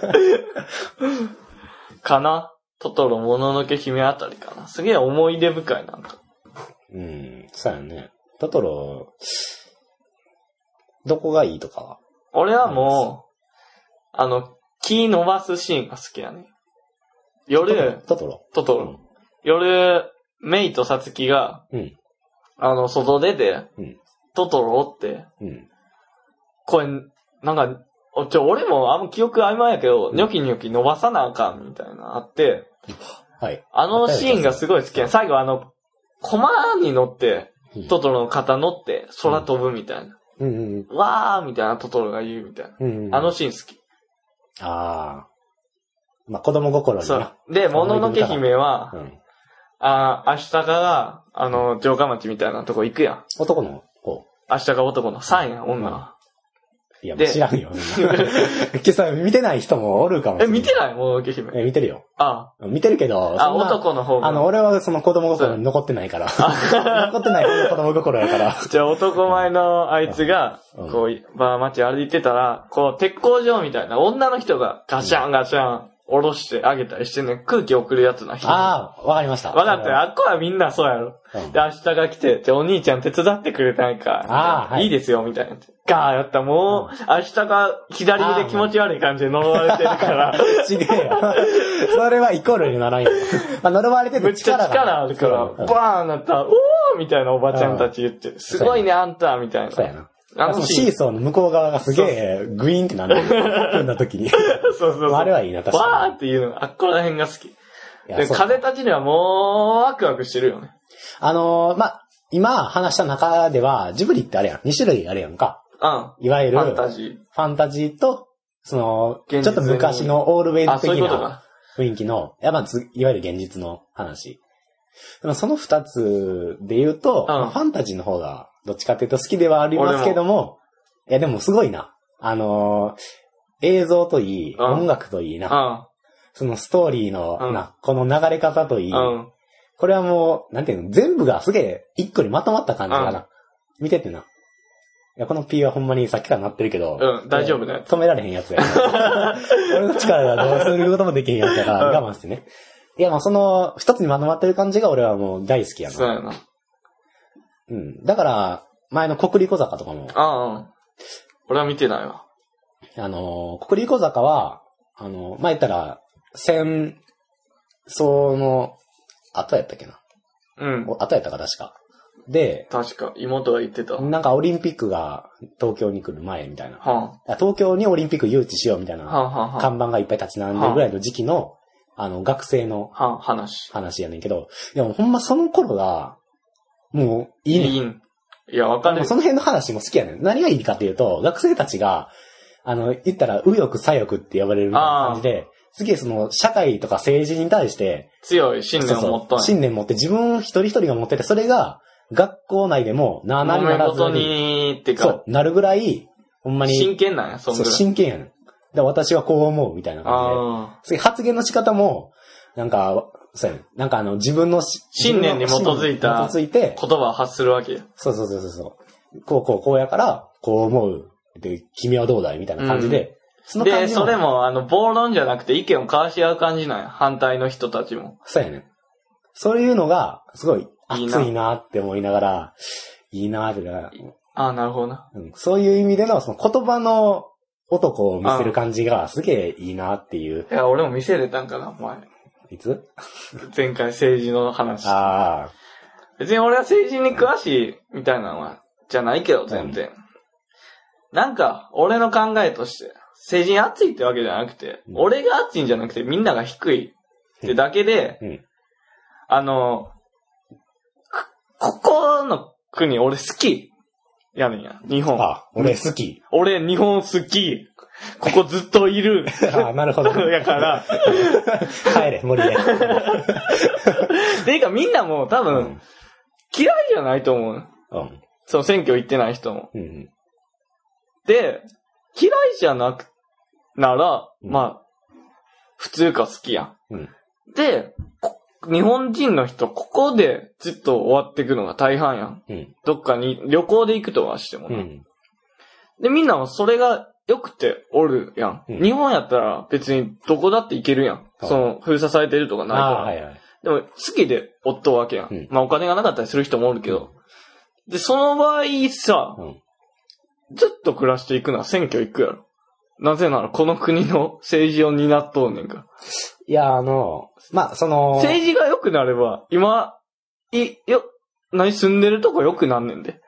かなトトロ、もののけ姫あたりかな。すげえ思い出深いなんか。 そうやね。トトロ、どこがいいとかは俺はもう、木伸ばすシーンが好きやね。夜、 トトロ。 夜、メイとサツキが、外出て、トトロおって、これ、なんか、俺もあんま記憶曖昧やけど、ニョキニョキ伸ばさなあかんみたいなあって、 はい。 シーンがすごい好きや。最後駒に乗って、トトロの肩乗って、空飛ぶみたいな。わーみたいなトトロが言うみたいな。シーン好き。 まあ、子供心にそう。で、もののけ姫は、明日が、城下町みたいなとこ行くやん。 男の子。 明日が男の3やん、女。 いや、知らんよ。今朝見てない人もおるかもしれない。 見てないもののけ姫。 見てるよ。見てるけど。 男の方が。 俺はその子供心に残ってないから。残ってない方の子供心やから。 じゃあ男前のあいつが、こう、バー街歩いてたら、こう、鉄工所みたいな女の人がガシャンガシャン、下ろしてあげたりしてね、空気送るやつな人。 わかりました。 わかったよ。あっこはみんなそうやろ。で、明日が来て、お兄ちゃん手伝ってくれたんか。いいですよ、みたいな。ガーやったらもう、明日が左腕気持ち悪い感じで呪われてるから。 ちげえよ。それはイコールにならんよ。呪われてる力が。めっちゃ力あるから、バーンなったら、おーみたいなおばちゃんたち言って、すごいね、あんたみたいな。 そうやな。シーソーの向こう側がすげえグイーンってなる。踏んだ時に。 そう。 あれはいいな、確かに。 わーっていうの、あっこら辺が好き。で、風立ちにはもう、ワクワクしてるよね。 今話した中では、ジブリってあれやん。2種類あれやんか。いわゆる、 ファンタジーと、ちょっと昔のオールウェイズ的な雰囲気の、いわゆる現実の話。でもその2つで言うと、ファンタジーの方が、どっちかっていうと好きではありますけども、いやでもすごいな。映像といい、音楽といいな。そのストーリーの、この流れ方といい、これはもう、なんていうの、全部がすげえ一個にまとまった感じかな。見ててな。いや、この P はほんまにさっきから鳴ってるけど、 大丈夫だよ。 止められへんやつや。俺の力がどうすることもできへんやつやから我慢してね。いや、その、一つにまとまってる感じが俺はもう大好きやな。 そうやな。 だから、前の国立小坂とかも。 俺は見てないわ。 国立小坂は、言ったら、 後やったっけな。 うん。 後やったか確か。で、 確か、妹が言ってた。 なんかオリンピックが東京に来る前みたいな。 はあ、東京にオリンピック誘致しようみたいな、看板がいっぱい立ち並んでるぐらいの時期の、学生の話やねんけど、いや、ほんまその頃が、もういいねん。 いい。いや、わかる。 その辺の話も好きやねん。何がいいかっていうと、学生たちが、言ったら、右翼左翼って呼ばれるみたいな感じで、すげえ社会とか政治に対して、 強い信念を持った信念持って自分一人一人が持ってて、それが、学校内でも、ならずに、ってか、 そう、なるぐらい、ほんまに。 真剣なんや、 そう、真剣やねん。私はこう思う、みたいな感じで。発言の仕方も、なんか、そうやねん。なんか自分の信念に基づいて、言葉を発するわけ。 そう。こうやから、こう思う。で、君はどうだいみたいな感じで。 で、それも、暴論じゃなくて意見を交わし合う感じなんや。反対の人たちも。 そうやねん。そういうのが、すごい、熱いなって思いながら、いいなってな。 なるほどな。 そういう意味での、言葉の男を見せる感じが、すげえいいなっていう。 いや、俺も見せれたんかな、お前。 いつ前回政治の話。 ああ。 別に俺は政治に詳しいみたいなのは、じゃないけど、全然。なんか、俺の考えとして、政治に熱いってわけじゃなくて、俺が熱いんじゃなくてみんなが低いってだけで、ここの国俺好きやねんや。日本。 俺好き。 俺日本好き。ここずっといる。 なるほど。 やから。 帰れ、森へ。 ていうかみんなも多分、嫌いじゃないと思う。そう、選挙行ってない人も。で、嫌いじゃなく、なら、まあ、普通か好きやん。で、日本人の人、ここでずっと終わっていくのが大半やん。どっかに旅行で行くとはしてもね。で、みんなはそれが良くておるやん。日本やったら別にどこだって行けるやん。封鎖されてるとかないから。でも、好きでおっとうわけやん。まあお金がなかったりする人もおるけど。で、その場合さ、ずっと暮らしていくのは選挙行くやろ。なぜならこの国の政治を担っとうねんか。 いや、まあ、 政治が良くなれば、今、住んでるとこ良くなんねんで。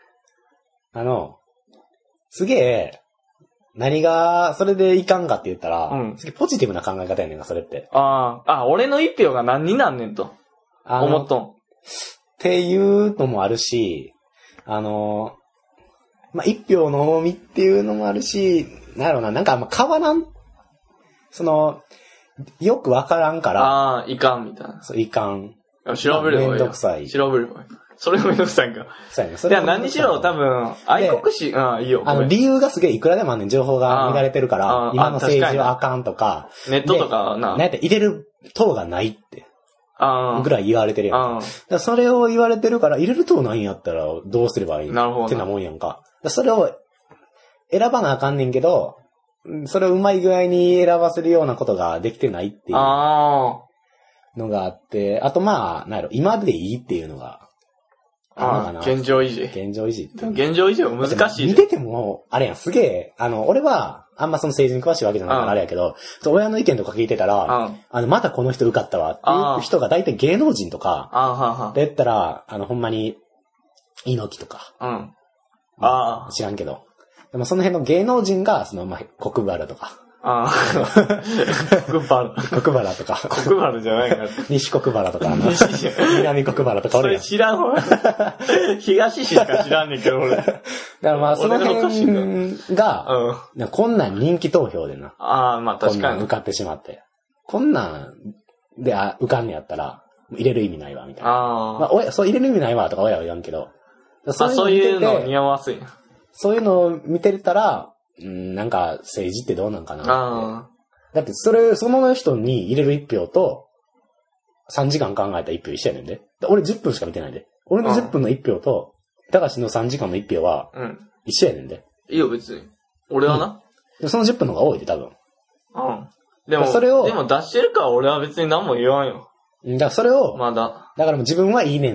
すげえ、何が、それでいかんかって言ったら、すげえポジティブな考え方やねんか、それって。 俺の一票が何になんねんと。思っとん。 っていうのもあるし、まあ、一票の重みっていうのもあるし、なんかあんま変わらん、よくわからんから。 いかんみたいな。 そう、いかん。 調べればいい。 めんどくさい。 調べればいい。それがめんどくさいんか。 そうやね。 いや、何しろ多分、愛国心、いいよ。 理由がすげえいくらでもあんねん、情報が見られてるから、今の政治はあかんとか。 ネットとかな。 なんやって入れる党がないって。ぐらい言われてるやん。それを言われてるから、入れる党ないんやったらどうすればいいなるほど。 ってなもんやんか。それを選ばなあかんねんけど、それをうまい具合に選ばせるようなことができてないっていうのがあって、あとまあ、今でいいっていうのが、 現状維持。 現状維持って。 現状維持は難しい。 見てても、あれやん、すげえ、俺は、あんまその政治に詳しいわけじゃないからあれやけど、親の意見とか聞いてたら、またこの人受かったわっていう人が大体芸能人とか、で言ったら、ほんまに、猪木とか、知らんけど、でもその辺の芸能人が、国原とか。 国原とか。 国原じゃないから。 西国原とか。南国原とか。 それ知らんわ。東市しか知らんねんけど、俺。だからまあ、その辺が、こんなん人気投票でな。 まあ確かに。 こんなん受かってしまって。こんなんで受かんねやったら、入れる意味ないわ、みたいな。まあ、そう入れる意味ないわ、とか親は言わんけど。 そういうの似合わせん。 そういうのを見てたら、なんか政治ってどうなんかなって。だってその人に入れる一票と、3時間考えた一票一緒やねんで。俺10分しか見てないで。俺の10分の一票と、高橋の3時間の一票は、一緒やねんで。 いいよ別に。俺はな。 その10分の方が多いで、多分。 でも、でも出してるから俺は別に何も言わんよ。 だからそれを、 まだ。 だからもう自分はいいねんっ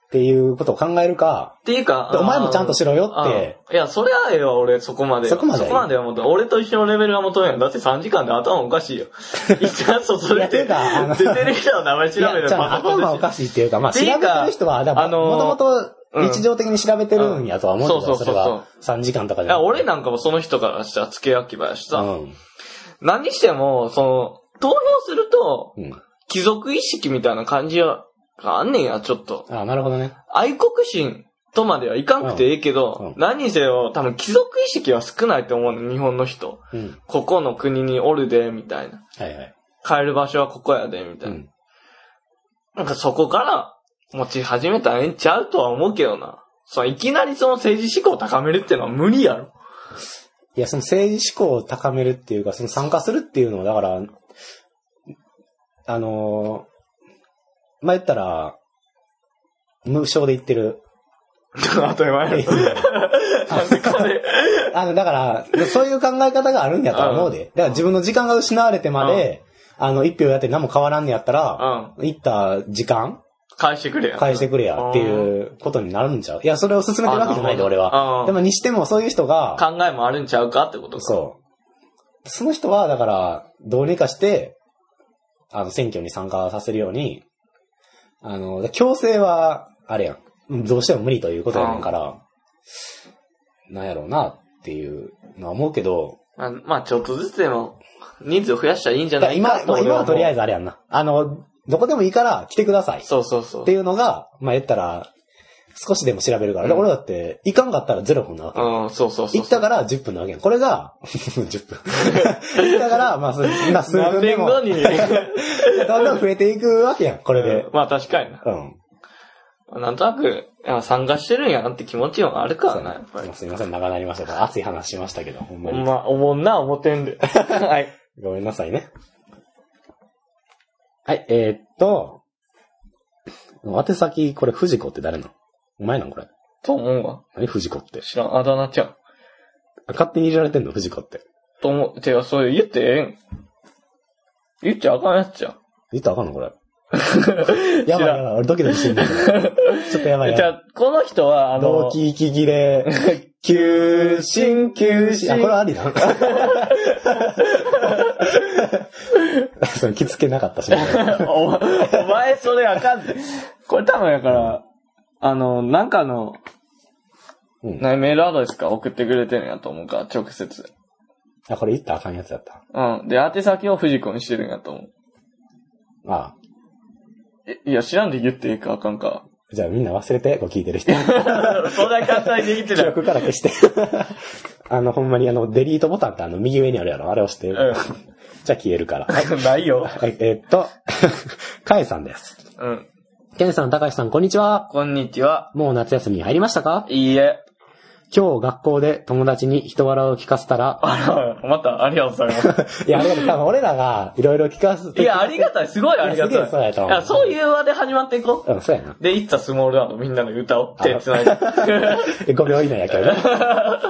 っていうことを考えるか、 っていうか、 お前もちゃんとしろよって。 いや、それはええわ、俺、そこまで。 そこまではもう、俺と一緒のレベルは求めん。だって3時間で頭おかしいよ。一旦それで、出てる人の名前調べるの頭おかしいっていうか、まあ、調べてる人は、もともと日常的に調べてるんやとは思うけど、それが3時間とかで。 俺なんかもその人からしたら付け焼き場やしさ。何しても、投票すると、貴族意識みたいな感じがあんねんや、ちょっと。 あ、なるほどね。 愛国心とまではいかんくてええけど、何にせよ多分貴族意識は少ないと思うの、日本の人。ここの国におるで、みたいな。帰る場所はここやで、みたいな。なんかそこから持ち始めたらええんちゃうとは思うけどな。いきなり政治志向を高めるっていうのは無理やろ。 いや、政治志向を高めるっていうか、参加するっていうのは、だから、まあ、言ったら、無償で言ってる。 当たり前だから、そういう考え方があるんやと思うで。だから自分の時間が失われてまで、一票やって何も変わらんねやったら、行った時間返してくれやっていうことになるんちゃう。いや、それを進めてるわけじゃないで、俺は。でもにしてもそういう人が。 考えもあるんちゃうかってことか。 そう。その人は、だから、どうにかして、選挙に参加させるように、強制は、あれやん。どうしても無理ということやねんから、なんやろうなっていうのは思うけど。 まあ、ちょっとずつでも、人数を増やしたらいいんじゃないかと。 今はとりあえずあれやんな。どこでもいいから来てください。 そう。 っていうのが、まあ、言ったら、少しでも調べるから。俺だって、行かんかったら0分なわけ。 そう。 行ったから10分なわけやん。これが、10分。行ったから、まあ、数分でも。 何年後に。 どんどん増えていくわけやん、これで。 まあ、確かにな。なんとなく、参加してるんやなって気持ちはあるからな、やっぱり。 すいません、長なりましたけど、熱い話しましたけど、ほんまに。 思んな、思ってんで。はい。 ごめんなさいね。はい、宛先、これ、藤子って誰なの？お前なんこれ。 と思うわ。 何藤子って。 知らん、あだ名ちゃん。 勝手に入れられてんの藤子って。 と思う。てか、それ言ってええん？言っちゃあかんやつじゃん。 言ったらあかんのこれ。やばい、俺ドキドキしてんだけど。ちょっとやばい。 じゃあ、この人は、 動機息切れ。急進。あ、これありだ。それ気付けなかったし。 お前それあかんって。これ多分やから、なんかの、メールアドレスか送ってくれてるんやと思うから、直接。 あ、これ言ったらあかんやつやった。 で、宛先を藤子にしてるんやと思う。 ああ。 いや、知らんで言っていいかあかんか。 じゃあみんな忘れて、聞いてる人。 そんな簡単にできてない。 記憶から消して。ほんまにデリートボタンって右上にあるやろ。あれ押して。じゃあ消えるから。 ないよ。 はい、かえさんです。ケンさん、たかしさん、こんにちは。 こんにちは。 もう夏休みに入りましたか？ いいえ。 今日学校で友達に人笑いを聞かせたら。 また、ありがとうございます。 いや、ありがとう。多分俺らがいろいろ聞かせて。 いや、ありがたい。すごいありがたい。 そうやと思う。 そういう輪で始まっていこう。そうやな。 で、いったスモールランドみんなの歌を手繋いで。 5秒以内やけどね。はい、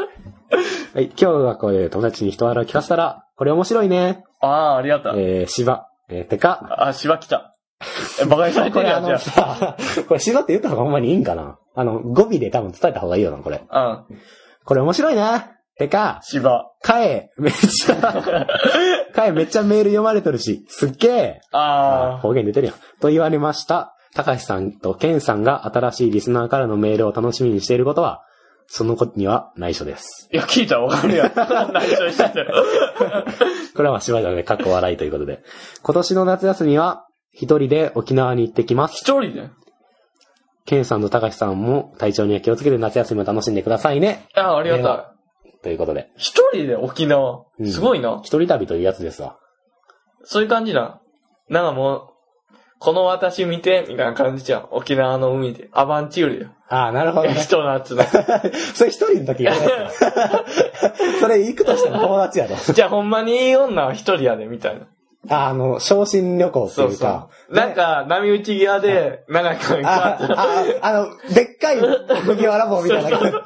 今日学校で友達に人笑いを聞かせたら、これ面白いね。 ありがたい。 芝。てか。 芝来た。バカにされてるやん、じゃあ。 これ芝って言った方がほんまにいいんかな？語尾で多分伝えた方がいいよな、これ。これ面白いな。てか、 芝。 かえめっちゃメール読まれてるし、すっげえ。方言出てるやん。と言われました。たかしさんとケンさんが新しいリスナーからのメールを楽しみにしていることは、そのことには内緒です。 いや、聞いたらわかるやん。内緒してたよ。 これは芝じゃね、かっこ笑いということで。今年の夏休みは、一人で沖縄に行ってきます。 一人で？ ケンさんとたかしさんも体調には気をつけて夏休みを楽しんでくださいね。 ありがたい。ということで。 一人で沖縄、すごいな。 一人旅というやつですわ。 そういう感じな。なんかもう、この私見て、みたいな感じじゃん。沖縄の海で。アバンチュールよ。 なるほど、ね。 人のやつだ。 それ一人の時やるやつ。それ行くとしても友達やろ。 じゃあほんまにいい女は一人やで、みたいな。 昇進旅行っていうか。 そう。なんか、波打ち際で、長く行くでっかい麦わら帽みたいなのがあって、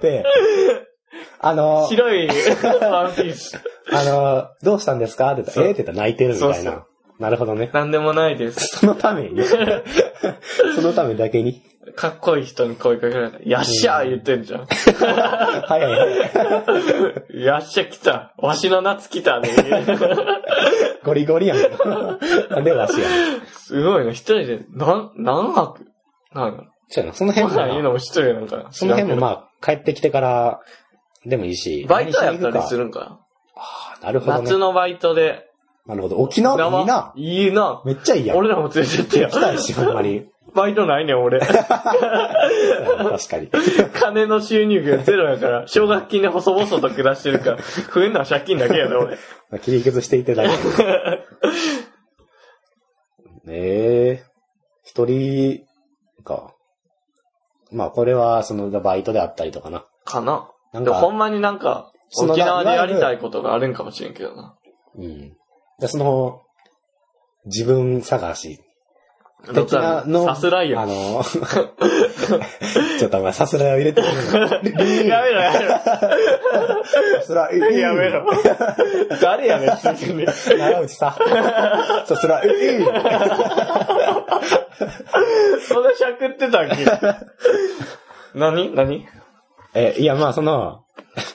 白いワンピース。 どうしたんですかって言ったら、って言ったら泣いてるみたいな。 なるほどね。 なんでもないです。 そのためにそのためだけにかっこいい人に声かけられたら、やっしゃー言ってんじゃん。 早い。 やっしゃ来た。わしの夏来たね。 ゴリゴリやん。なんでわしやん。 すごいな、一人で、何泊なんか。 そうやな、その辺も。 言うのも一人なんかな。 その辺もまあ、帰ってきてからでもいいし。 バイトやったりするんかな。 ああ、なるほどね。 夏のバイトで。 なるほど。沖縄いいな。 いいな。 めっちゃいいやん。 俺らも連れてってや。 来たいし、ほんまに。 バイトないねん、俺。 確かに。 金の収入がゼロやから、奨学金で細々と暮らしてるから、増えんのは借金だけやで、俺。 切り崩していただいて。一人か。まあ、これは、その、バイトであったりとかな。 かな。でほんまになんか、沖縄でやりたいことがあるんかもしれんけどな。 うん。で、その、自分探し。的なの、 さすらいやん。 ちょっとお前さすらいを入れてくれ。 やめろ。 さすらい。 やめろ。誰やねん、 長内さ。さすらい。 そんなしゃくってたっけ何いや、まあ、その、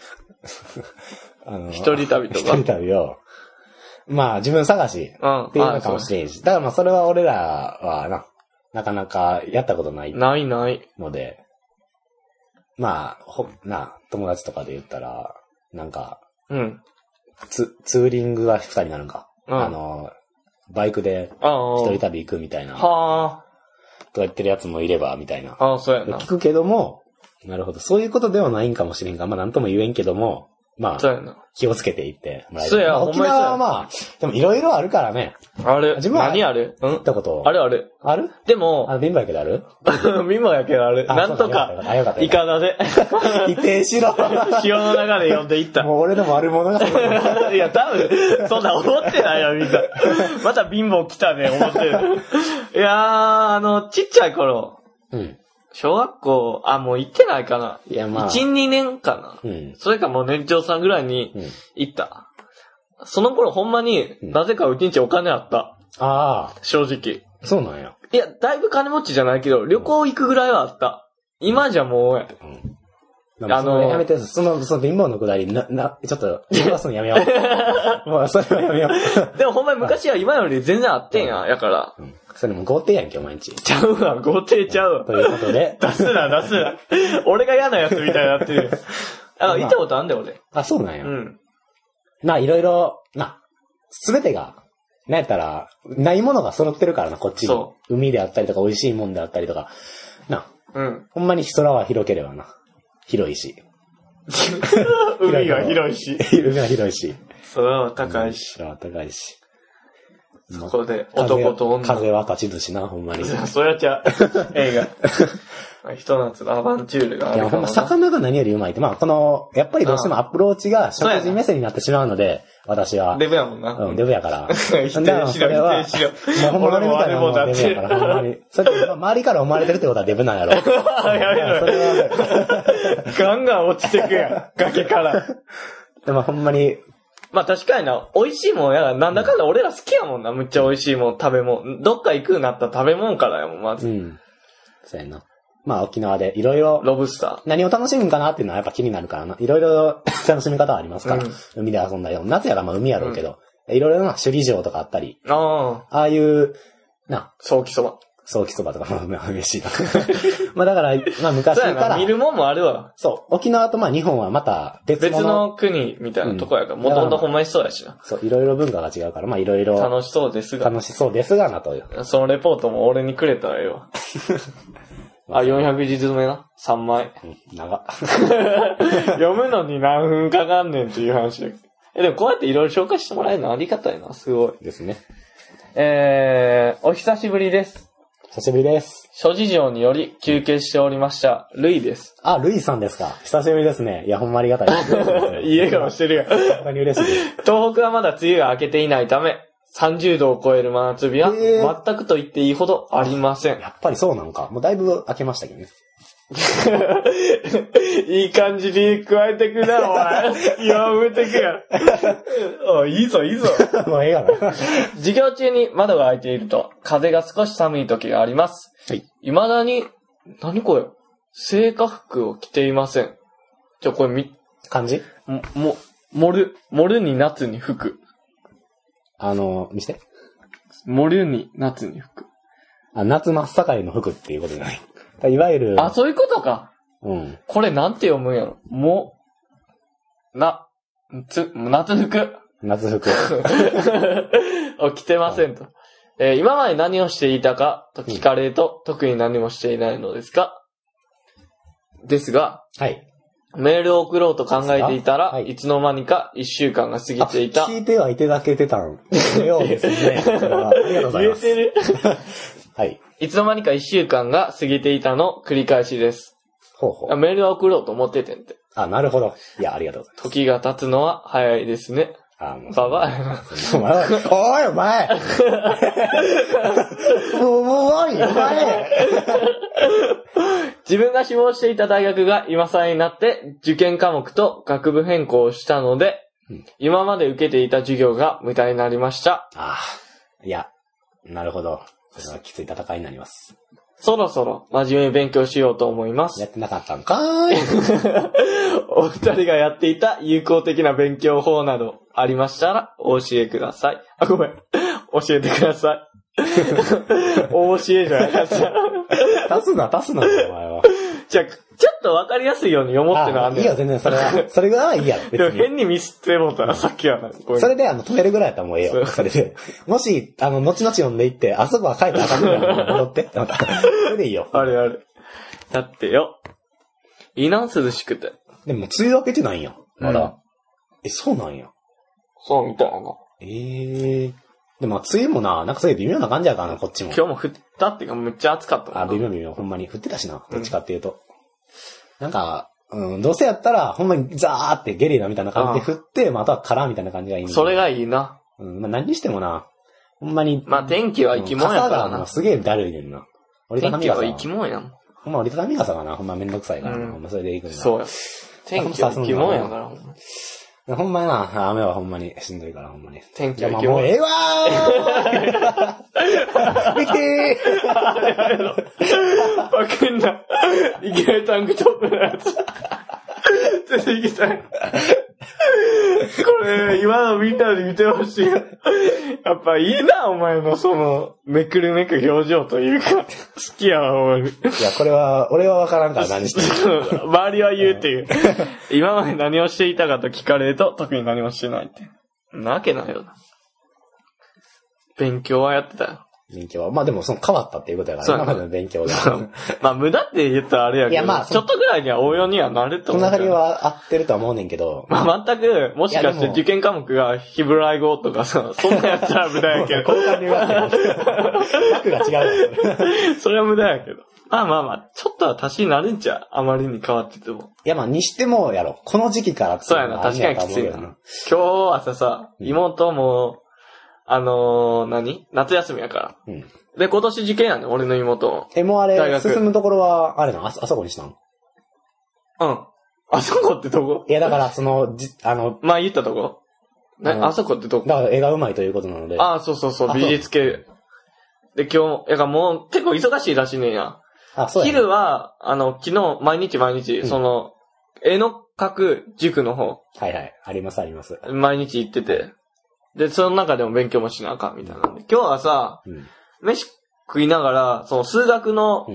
一人旅とか。 一人旅を、まあ、自分探しっていうのかもしれんし。だからまあ、それは俺らはなかなかやったことないので、まあ、友達とかで言ったら、なんか、ツーリングが二人になるんか。バイクで一人旅行くみたいな。 はぁ。とか言ってるやつもいれば、みたいな。 ああ、そうやな。 聞くけども、なるほど。そういうことではないんかもしれんが、まあなんとも言えんけども、まあ、 そうやな。 気をつけていってもらえる。 そうや、 沖縄はまあ、でもいろいろあるからね。 ある。 自分は何あるってことあるあるでも、 貧乏やけどある貧乏やけどある。なんとか、イカダで。 否定しろ。 潮の流れ読んでいった。 もう俺の悪者がいや、多分、そんな思ってないよ、みんな。また貧乏来たね、思ってる。いやー、ちっちゃい頃。小学校、もう行ってないかな。 いや、まあ。 1、2年かな。それかもう年長さんぐらいに行った。その頃ほんまに、なぜかうちんちお金あった。 ああ。 正直。 そうなんや。 いや、だいぶ金持ちじゃないけど、旅行行くぐらいはあった。今じゃもう、 やめて、その貧乏のくだり、ちょっと、言わすのやめよう。もう、それはやめよう。 でもほんまに昔は今より全然あってんや、やから。 それも豪邸やんけ、お前んち。 ちゃうわ、豪邸ちゃうわ。 ということで。 出すな。俺が嫌なやつみたいになってる。行ったことあんだよ、俺。 あ、そうなんや。いろいろ、すべてが、なんやったら、ないものが揃ってるからな、こっちに。そう。海であったりとか、美味しいもんであったりとか。ほんまに空は広ければな。広いし。 海は広いし。 海は広いし。 空は高いし。 空は高いし。 そこで男と女。 風は立ちずしな、ほんまに。 そりゃちゃう。映画。ひと夏のアバンチュールがあるからな。 いや、ほんま魚が何よりうまいって。やっぱりどうしてもアプローチが食事目線になってしまうので、私は。 デブやもんな。 デブやから。 否定しろ。 もうほんまにみたいなもんデブやから、ほんまに。それ周りから思われてるってことはデブなんやろ。 やめろ。それはガンガン落ちてくやん、崖から。 でもほんまに、 まあ確かにな、美味しいもんやから、なんだかんだ俺ら好きやもんな、むっちゃ美味しいもん、食べ物。どっか行くなったら食べ物からやもん、まず。 そうやな。まあ沖縄でいろいろ。 ロブスター。 何を楽しむんかなっていうのはやっぱ気になるからな。いろいろ楽しみ方はありますから。海で遊んだり、夏やらまあ海やろうけど、いろいろな首里城とかあったり。ああいう、 ソーキそば。 ソーキそばとか、嬉しいな。まあだから、昔から。 見るもんもあるわ。 そう。沖縄と日本はまた別の国みたいなとこやから、もともとほんまにそうやしな。 そう、いろいろ文化が違うから、いろいろ。 楽しそうですがなという。 そのレポートも俺にくれたらええわ。400字詰めな。3枚。 長。 読むのに何分かかんねんっていう話だけど。でもこうやっていろいろ紹介してもらえるのありがたいな、すごい。 ですね。 お久しぶりです。 久しぶりです。 諸事情により休憩しておりました、ルイです。 あ、ルイさんですか。久しぶりですね。いや、ほんまありがたいです。 いい笑顔してるよ。 本当に嬉しいです。 東北はまだ梅雨が明けていないため、30度を超える真夏日は全くと言っていいほどありません。 やっぱりそうなのか。もうだいぶ明けましたけどね。 いい感じに加えてくな、お前。やめてくや。おいいぞ、いいぞ。 もうええがな。 授業中に窓が開いていると、風が少し寒い時があります。 はい。 未だに、何これ製菓服を着ていません。これ漢字盛るに夏に服。 見して。 盛るに夏に服。 夏真っ盛りの服っていうことじゃない。いわゆる。 そういうことか。 うん。 これなんて読むんやろ。夏服。 夏服。 を着てませんと。今まで何をしていたかと聞かれると、特に何もしていないのですかですが、 はい。 メールを送ろうと考えていたら、 はい、 いつの間にか1週間が過ぎていた。 聞いてはいただけてたんようですね。ありがとうございます。 言えてるはい。 いつの間にか1週間が過ぎていたの繰り返しです。 ほうほう。 メールは送ろうと思っててんて。 なるほど。いや、ありがとうございます。 時が経つのは早いですね。 もう。 ババア。 おい、お前おい、お前自分が志望していた大学が今更になって受験科目と学部変更をしたので、今まで受けていた授業が無駄になりました。 いや、なるほど。それはきつい戦いになります。 そろそろ真面目に勉強しようと思います。 やってなかったんかーい。 お二人がやっていた有効的な勉強法などありましたらお教えください。ごめん。教えてください。お教えじゃないかった。 足すな、お前は。 じゃあ、ちょっとわかりやすいように思ってのあんねん。 いいよ、全然、それぐらいはいいやろ。 でも変にミスってもうたらさっきはな。 それで、止めるぐらいやったらもうええよ。それで。もし、後々読んでいって、あそこは書いてあかんぐらい戻って。それでいいよ。 あれ。だってよ。いいな、涼しくて。 でも、梅雨明けてないんや。まだ。そうなんや。 そうみたいな。 でも、梅雨もな、なんかそういう微妙な感じやからな、こっちも。 今日も降ったっていうか、めっちゃ暑かったもんな。 微妙、ほんまに。降ってたしな、どっちかっていうと。なんか、どうせやったら、ほんまにザーってゲリラみたいな感じで降って、あとはカラーみたいな感じがいい。 それがいいな。 何にしてもな、ほんまに。 天気は生き物やからな。 すげえだるいねんな。 天気は生き物やもん。 ほんま折りたたみ傘がな、ほんまめんどくさいからな。ほんまそれでいくんだ。 そうや。天気は生き物やから。 ほんまやな、雨はほんまにしんどいから、ほんまに。 天気は生き物。 もうええわーできてーわかんない。いきなりタンクトップのやつ。出てきた。これ、今のみんなで見てほしい。やっぱいいな、お前のその、めくるめく表情というか、好きやわ、お前。いや、 これは、俺はわからんから何してる。周りは言うっていう。今まで何をしていたかと聞かれると、特に何もしてないって。なわけないよな。勉強はやってたよ。 勉強は。でも変わったっていうことやから、今までの勉強が。無駄って言ったらあれやけど、ちょっとぐらいには応用にはなると思う。 つながりは合ってるとは思うねんけど。 全く、もしかして受験科目がヒブライ語とかさ、そんなやったら無駄やけど。 交換で言わせて。額が違う。 それは無駄やけど。ちょっとは足しになるんちゃう、あまりに変わってても。 いやにしてもやろ。この時期から。 そうやな、確かにきついな。今日朝さ、妹も、夏休みやから。で、今年受験やねん、俺の妹も。 もうあれ、進むところは、あれな、あそこにしたん？ あそこってとこ？ いや、だから、 言ったとこ？あそこってとこ？ だから、絵が上手いということなので。 そう、美術系。で、今日、もう結構忙しいらしいねんや。 そうや。 昼は、昨日、毎日、絵の描く塾の方。 はい。あります。 毎日行ってて。で、その中でも勉強もしなあかんみたいなんで。今日はさ、飯食いながら、その数学の、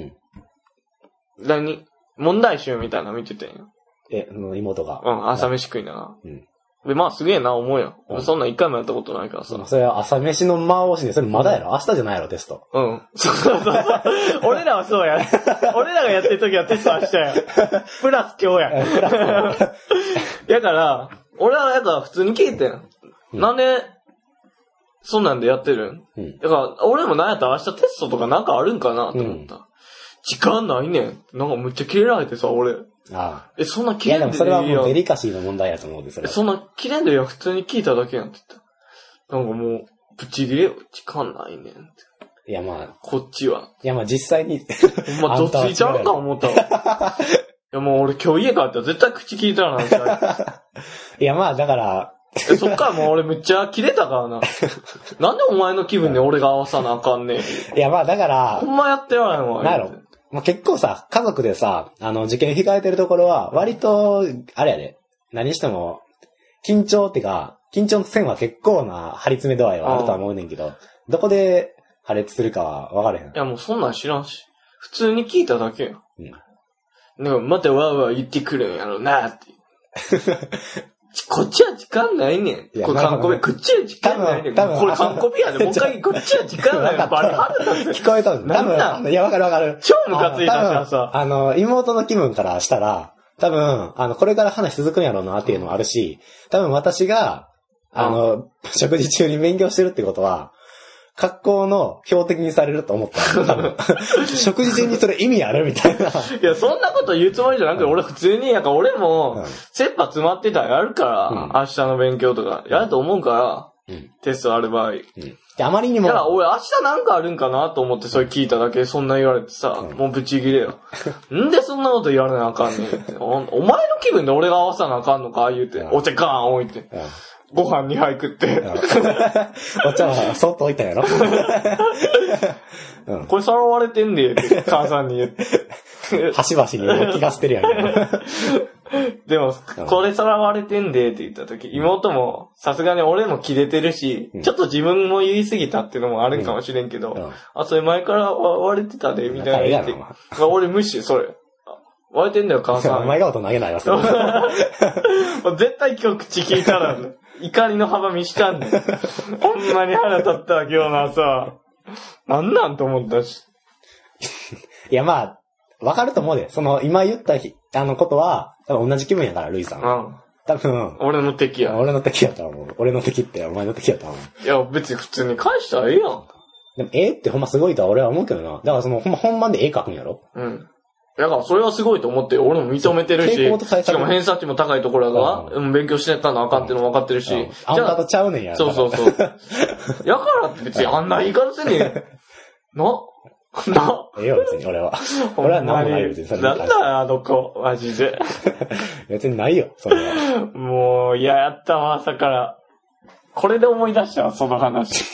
問題集みたいなの見ててんよ。 妹が。 朝飯食いながら。で、すげえな、思うよ。そんなん一回もやったことないからさ。 それは朝飯の間をしね、それまだやろ？明日じゃないやろ、テスト。 そう。俺らはそうや。俺らがやってる時はテスト明日や。プラス今日や。だから、俺は普通に聞いてん。なんで、そんなんでやってるん？だから、俺もなんやったら明日テストとかなんかあるんかなって思った。時間ないねん。なんかむっちゃキレられてさ、俺。そんなキレんでいいやん。 いやでもそれはもうデリカシーの問題やと思うで、それ。 そんなキレんでいいやん、普通に聞いただけやんって言った。なんかもう、ぶち切れよ、時間ないねんって。 いやまあ。 こっちは。 いやまあ実際に。 まあ、どっちいちゃうか思ったわ。いやもう俺今日家帰ったら絶対口聞いたらなんか。 いやまあだから、 そっからもう俺めっちゃキレたからな。なんでお前の気分で俺が合わさなあかんねん。 いやまあだから、 ほんまやってられんわ。 なんやろ。まあ、結構さ、家族でさ、受験控えてるところは、割と、あれやで、何しても、緊張ってか、緊張の線は結構な張り詰め度合いはあるとは思うねんけど、どこで破裂するかは分からへん。 いやもうそんなん知らんし。普通に聞いただけよ。 うん。 でもまたわーわー言ってくるんやろなって。こっちは時間ないねん。これ完コピ、こっちは時間ないねん。これ完コピやで、もう一回こっちは時間ないねん。バリハルだ聞こえたんだ。多分、いや、わかるわかる。 超ムカついたしさ。 妹の気分からしたら、多分、これから話続くんやろうなっていうのもあるし、多分私が、食事中に勉強してるってことは、格好の標的にされると思った。多分。食事中にそれ意味あるみたいな。いや、そんなこと言うつもりじゃなくて、俺普通に、なんか俺も、切羽詰まってたらやるから、明日の勉強とか、やると思うから、テストある場合。 あまりにも。 だから俺明日なんかあるんかなと思ってそれ聞いただけでそんな言われてさ、もうブチギレよ。んでそんなこと言われなあかんねん。お前の気分で俺が合わさなあかんのか言うて、お茶ガーン置いて。ご飯2杯食って。 お茶はそっと置いたんやろこれさらわれてんで、って母さんに言って。 端々に気がしてるやん。 でも、これさらわれてんでって言った時、妹も、さすがに俺もキレてるし、ちょっと自分も言い過ぎたっていうのもあるんかもしれんけど、あ、それ前から割れてたで、みたいな言って。俺無視、それ。割れてんだよ、母さん。 お前が音投げないわ、それ。 絶対今日口聞いたら、怒りの幅見したんねん。ほんまに腹立ったわ、今日の朝。なんなんと思ったし。 いや、まあ、わかると思うで。今言ったことは、多分同じ気分やから、ルイさん。多分。 俺の敵や。 俺の敵やと思う。俺の敵ってお前の敵やと思う。 いや、別に普通に返したらええやん。 でも、ってほんますごいとは俺は思うけどな。だから本番で書くんやろ？ うん。だからそれはすごいと思って俺も認めてるし、しかも偏差値も高いところが、勉強してたのあかんっていうのも分かってるし。 あんたとちゃうねんや。 そう。やからって別にあんな言い方せねえ。 ええよ、別に俺は。俺は何もないよ、別にそれ。 なんだあの子、マジで。 別にないよ、それは。 もう、嫌やったわ、朝から。これで思い出したわ、その話。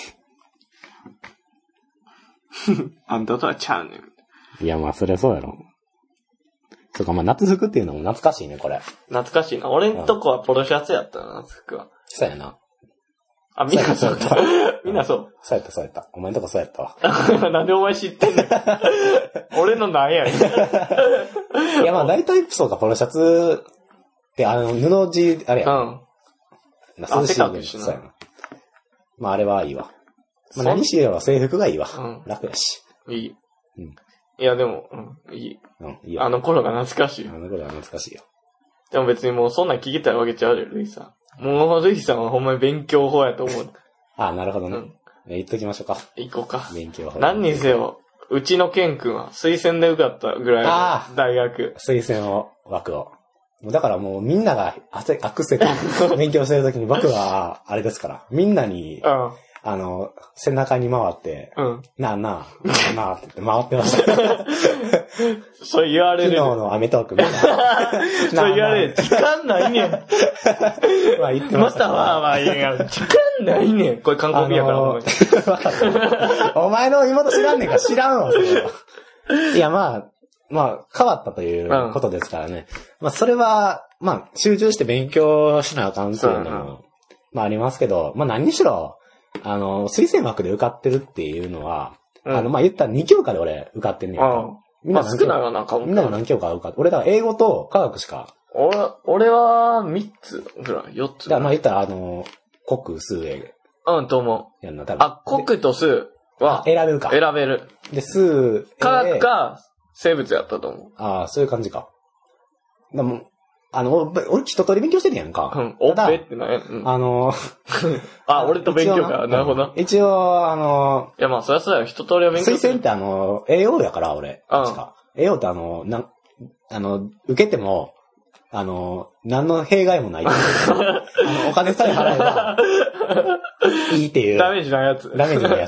あんたとはちゃうねん。いや、まあ、そりゃそうやろ。そうか、まあ、夏服っていうのも懐かしいね、これ。 懐かしいな。俺んとこはポロシャツやったな、夏服は。 そうやな。 あ、みんなそう。みんなそう。 そうやった。お前んとこそうやったわ。なんでお前知ってんの俺のなんやねん。 いや、まあ、大体、そうか、ポロシャツって、布地、あれや。うん。涼しいね。そうやな。まあ、あれはいいわ。まあ、何しろ制服がいいわ。楽やし。 いい。いや、でも、いい。いいあの頃が懐かしいよ。 あの頃が懐かしいよ。 でも別にもうそんなん聞きたいわけちゃうよ、ルイさん。もうルイさんはほんまに勉強法やと思う。 あ、なるほどね。言っときましょうか。 行こうか。 勉強法。 何にせよ、うちのケン君は推薦で受かったぐらいの大学。 推薦枠を。だからもうみんなが悪せ勉強してるときに僕は、あれですから、みんなに、背中に回って、なあって言って回ってました。 そう言われる。 昨日のアメトークみたいな。 そう言われる。時間ないねん。 まあ言ってました。 まあいいや。時間ないねん。これ韓国やから、 お前の妹知らんねんから知らんわ、それは。いや、まあ、変わったということですからね。まあ、それは、まあ、集中して勉強しなあかんっていうのも、まあ、ありますけど、まあ、何にしろ、推薦枠で受かってるっていうのは、まあ、言ったら2教科で俺受かってんねんか。 みんな少ないわな、 みんな何教科受かって。俺だから英語と科学しか。 俺は3つぐらい、4つ。 だからまあ言ったら国、数、英。 と思う。 やんな、多分。 国と数は選べるか。 選べる。 で、数、 科学か生物やったと思う。 ああ、そういう感じか。でも、俺一通り勉強してるやんか。 おっぺってなんや。俺と勉強か。なるほど。 一応、 いや、まあ、そりゃそうやよ。一通りは勉強する。推薦って AO やから、俺。確か。AO って受けても、何の弊害もない。お金さえ払えば、いいっていう。 ダメージないやつ。 ダメージないやつ。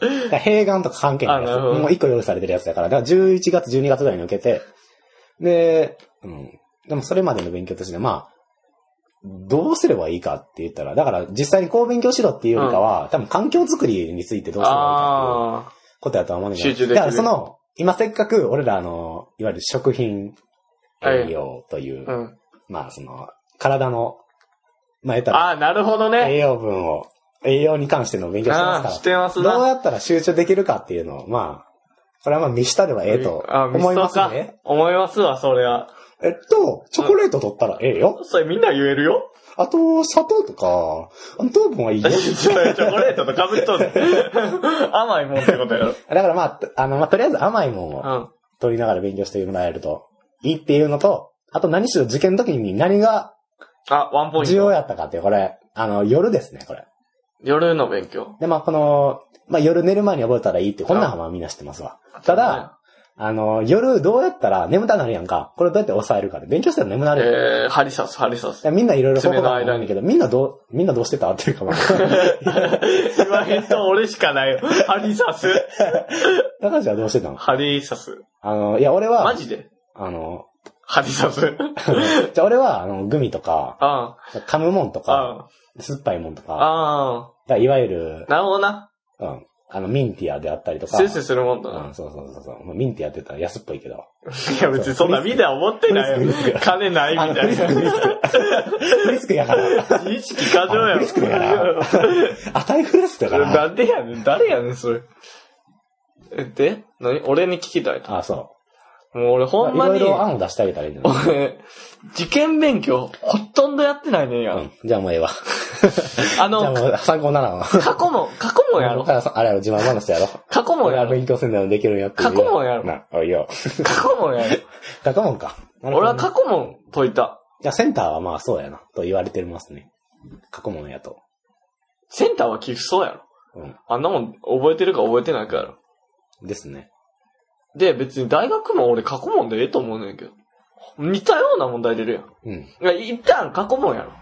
併願とか関係ないやつ。もう一個用意されてるやつだから。だから11月、12月ぐらいに受けて、で、でもそれまでの勉強として、まあ、どうすればいいかって言ったら、だから実際にこう勉強しろっていうよりかは、多分環境づくりについてどうすればいいかっていうことやとは思うんだけど。 集中できる。 だから今せっかく俺らいわゆる食品栄養という、まあ体の、まあ言ったら、 なるほどね。 栄養に関しての勉強してますから。 してますな。 どうやったら集中できるかっていうのを、まあ、これはまあ見したればええと思いますね。 思いますわ、それは。 チョコレート取ったらええよ。 それみんな言えるよ。 あと、砂糖とか、糖分はいいよ。 チョコレートと被っとる。甘いもんってことやろ。 だからまあ、とりあえず甘いもんを取りながら勉強してもらえるといいっていうのと、あと何しろ受験の時に何がワンポイント。 重要やったかって、これ、夜ですね、これ。 夜の勉強。 で、まあ夜寝る前に覚えたらいいって、こんなんはみんな知ってますわ。ただ、夜どうやったら眠たなるやんか。これどうやって抑えるかで。勉強したら眠なる。 針刺す。 みんないろいろ方法があるんだけど、みんなどうしてたっていうか、まあ。 言わへんと俺しかないよ。針刺す。 高橋はどうしてたの？ 針刺す。 いや、俺は。 マジで針刺す。 じゃあ俺は、グミとか、噛むもんとか、酸っぱいもんとか、いわゆる、 なるほどな。 ミンティアであったりとか。 スースーするもんだな。 そう。ミンティアって言ったら安っぽいけど。 いや別にそんなみんな思ってないよ。金ないみたいな。 フリスクやから。 意識過剰やろ。 フリスクやから。タイフリスクやから。 なんでやねん。誰やねん、それ。で何俺に聞きたいと。 そう。 もう俺ほんまに。 いろいろ案を出してあげたらいいんじゃない？ 俺、受験勉強、ほとんどやってないねんや。 じゃあもうええわ。じゃあもう参考ならんわ。 過去もやろ。 あれやろ、自慢話やろ。 過去もやろ。 勉強せんでもできるんやって。 過去もやろ。 いいよ。 過去もやろ。 過去もか。 俺は過去も解いた。 いや、センターはまあそうやな、と言われてますね。過去もやと。 センターは寄付そうやろ。あんなもん覚えてるか覚えてないかやろ。 ですね。で、 別に大学も俺過去問でええと思うねんけど。似たような問題出るやん。一旦過去問やろ。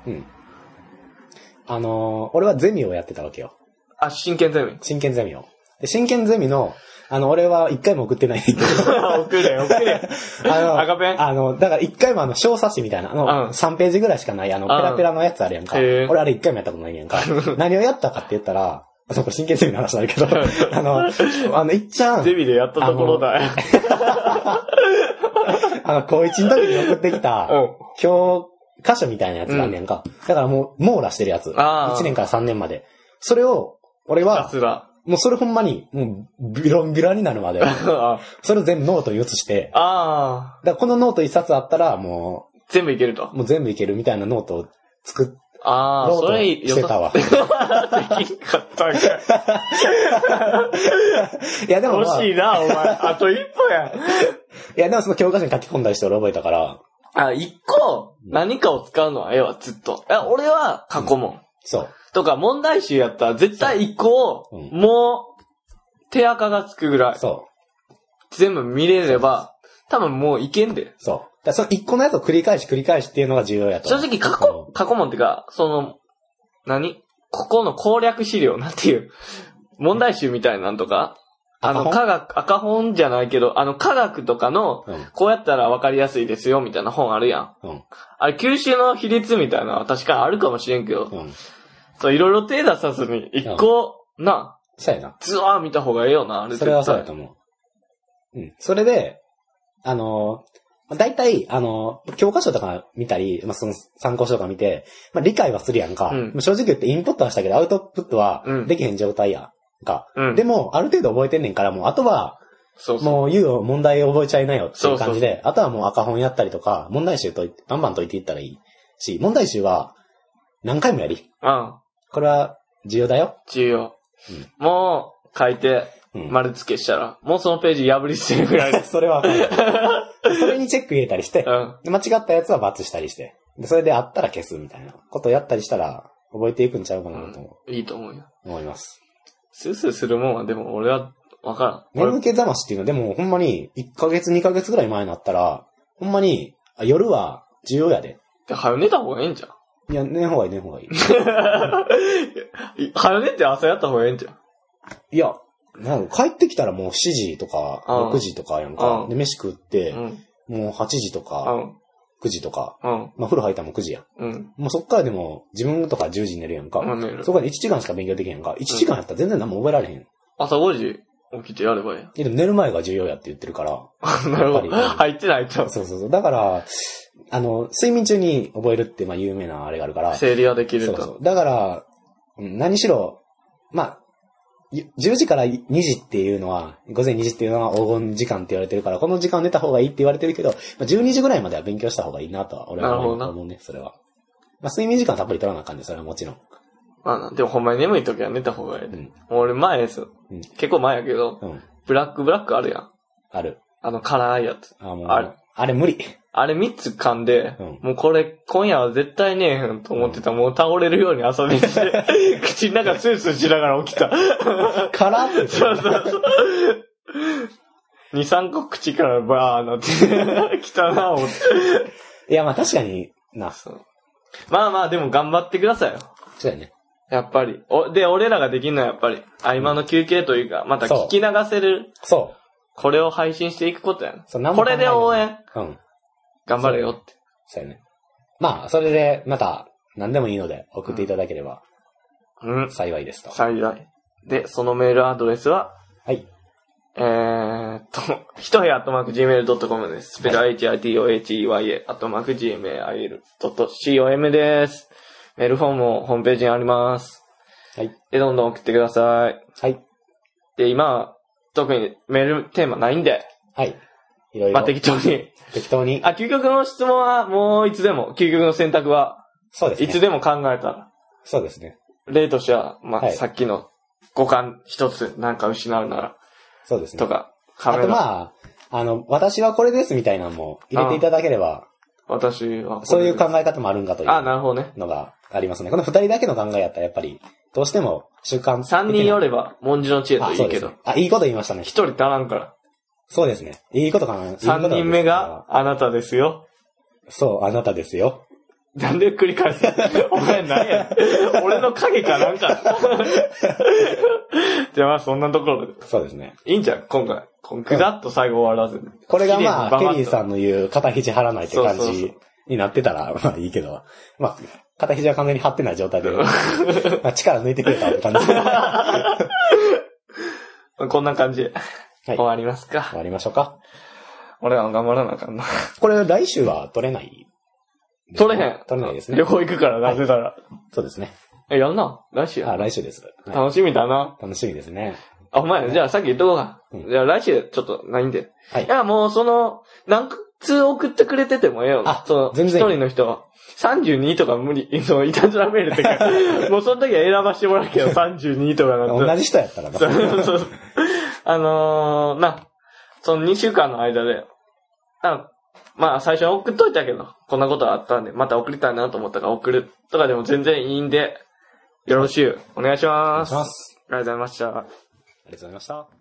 俺はゼミをやってたわけよ。 真剣ゼミ。 真剣ゼミを。で、真剣ゼミの、俺は一回も送ってないんだけど。 送れ。赤ペンだから一回も小冊子みたいな、3ページぐらいしかない、ペラペラのやつあるやんか。俺あれ一回もやったことないやんか。何をやったかって言ったら、これ真剣ゼミの話なんだけど、いっちゃん。 ゼミでやったところだよ。 高一の時に送ってきた、教科書みたいなやつがあんねんか。だからもう、網羅してるやつ。1年から3年まで。それを、俺は、もうそれほんまに、もう、ビロンビラになるまで。それを全部ノートに移して。だからこのノート1冊あったら、もう、 全部いけると。 もう全部いけるみたいなノートを作って、 それしてたわ。 できんかったんか。 いやでも、 欲しいな、お前。あと一歩やん。 いやでもその教科書に書き込んだりして俺覚えたから。 一個、何かを使うのはええわ、ずっと。俺は過去問。 そう。 とか問題集やったら絶対一個を、もう、手垢がつくぐらい。 そう。 全部見れれば、多分もういけんで。 そう。だその一個のやつを繰り返しっていうのが重要やと。 正直過去問ってか、ここの攻略資料なんていう、問題集みたいなんとか、赤本じゃないけど、科学とかの、こうやったら分かりやすいですよみたいな本あるやん。あれ、吸収の比率みたいなのは確かにあるかもしれんけど、そう、いろいろ手出さずに、一個、 そうやな。 ずわー見た方がええよな、あれそれはそうやと思う。それで、大体、教科書とか見たり、その参考書とか見て、理解はするやんか。正直言ってインプットはしたけど、アウトプットはできへん状態やんか。でも、ある程度覚えてんねんから、もう、あとは、もう、問題覚えちゃいなよっていう感じで、あとはもう赤本やったりとか、問題集バンバン解いていったらいいし、問題集は、何回もやり。これは、重要だよ。 重要。もう、書いて、丸付けしたら、もうそのページ破り捨てるぐらいで。 それはそれにチェック入れたりして、間違ったやつは×したりして、それであったら消すみたいなことをやったりしたら、覚えていくんちゃうかなと思う。 いいと思うよ。 思います。 スースーするもんはでも俺はわからん。眠気覚ましっていうのはでもほんまに1ヶ月2ヶ月ぐらい前になったら、ほんまに夜は重要やで。 早寝た方がいいんじゃん。 いや、寝ん方がいい。 早寝って朝やった方がいいんじゃん。 いや、 なんか帰ってきたらもう7時とか、6時とかやんか。で、飯食って、もう8時とか、9時とか、まあ風呂入ったらもう9時やん。もうそっからでも自分とか10時に寝るやんか。そこで1時間しか勉強できへんか。1時間やったら全然何も覚えられへん。 朝5時起きてやればいい。 でも寝る前が重要やって言ってるから。 なるほど。入ってないと。 そう。だから、睡眠中に覚えるってまあ有名なあれがあるから。 整理はできると。 そう。だから、何しろ、まあ、10時から2時っていうのは、午前2時っていうのは黄金時間って言われてるから、この時間寝た方がいいって言われてるけど、12時ぐらいまでは勉強した方がいいなとは、俺は思うね、それは。まあ、睡眠時間たっぷり取らなあかんね、それはもちろん。 まあ、でもほんまに眠い時は寝た方がいい。俺前です。結構前やけど、ブラックあるやん。 ある。 辛いやつ。 あれ無理。 あれ3つ噛んで、もうこれ今夜は絶対ねえへんと思ってたら、もう倒れるように遊びにして、口の中スースーしながら起きた。 辛って。 そう。2、3個口からバーなって、来たな思って。 いや、まあ確かにな。 まあまあ、でも頑張ってくださいよ。 そうやね。 やっぱり。で、俺らができるのはやっぱり、合間の休憩というか、また聞き流せる。 そう。 これを配信していくことやな。これで応援。頑張れよって。 そうやね。まあ、それで、また、何でもいいので、送っていただければ、幸いですと。 幸い。で、そのメールアドレスは、 はい。 ひとへや@gmail.com です。スペル HITOHEYA@gmail.com です。メールフォームもホームページにあります。 はい。 で、どんどん送ってください。 はい。 で、今、特にメールテーマないんで。 はい。いろいろ。 まあ、適当に。究極の質問はもういつでも、究極の選択は、 そうですね。 いつでも考えたら。 そうですね。 例としては、まあ、さっきの五感一つなんか失うなら。 そうですね。 とか、 あとまあ、私はこれですみたいなのも入れていただければ。 私は。 そういう考え方もあるんかという。 なるほどね。 のがありますね。この二人だけの考えやったらやっぱり、どうしても習慣。 三人よれば、文字の知恵といいけど。 いいこと言いましたね。 一人足らんから。 そうですね。いいことかな。 三人目があなたですよ。 そう、あなたですよ。 なんで繰り返すお前何や俺の影かなんか。じゃあまあそんなところで。 そうですね。 いいんじゃん、今回。ぐだっと最後終わらずに。 これがまあ、ケリーさんの言う肩肘張らないって感じになってたら、まあいいけど。まあ、肩肘は完全に張ってない状態で。まあ力抜いてくれたって感じ。 こんな感じで。終わりますか。 終わりましょうか。 俺は頑張らなあかんな。 これ来週は取れない？ 取れへん。 取れないですね。 旅行行くからなぜたら。 そうですね。 やんな来週や。 来週です。 楽しみだな。 楽しみですね。 お前、じゃあさっき言っとこうか。じゃあ来週ちょっとないんで。いや、もう何通送ってくれててもええよ。全然。一人の人は。32とか無理。いたずらメールってか。もうその時は選ばしてもらうけど、32とかなんて。 同じ人やったらな。 そう。その2週間の間で、まあ最初は送っといたけど、こんなことがあったんで、また送りたいなと思ったから送るとかでも全然いいんで、よろしゅうお願いします。 お願いします。 ありがとうございました。 ありがとうございました。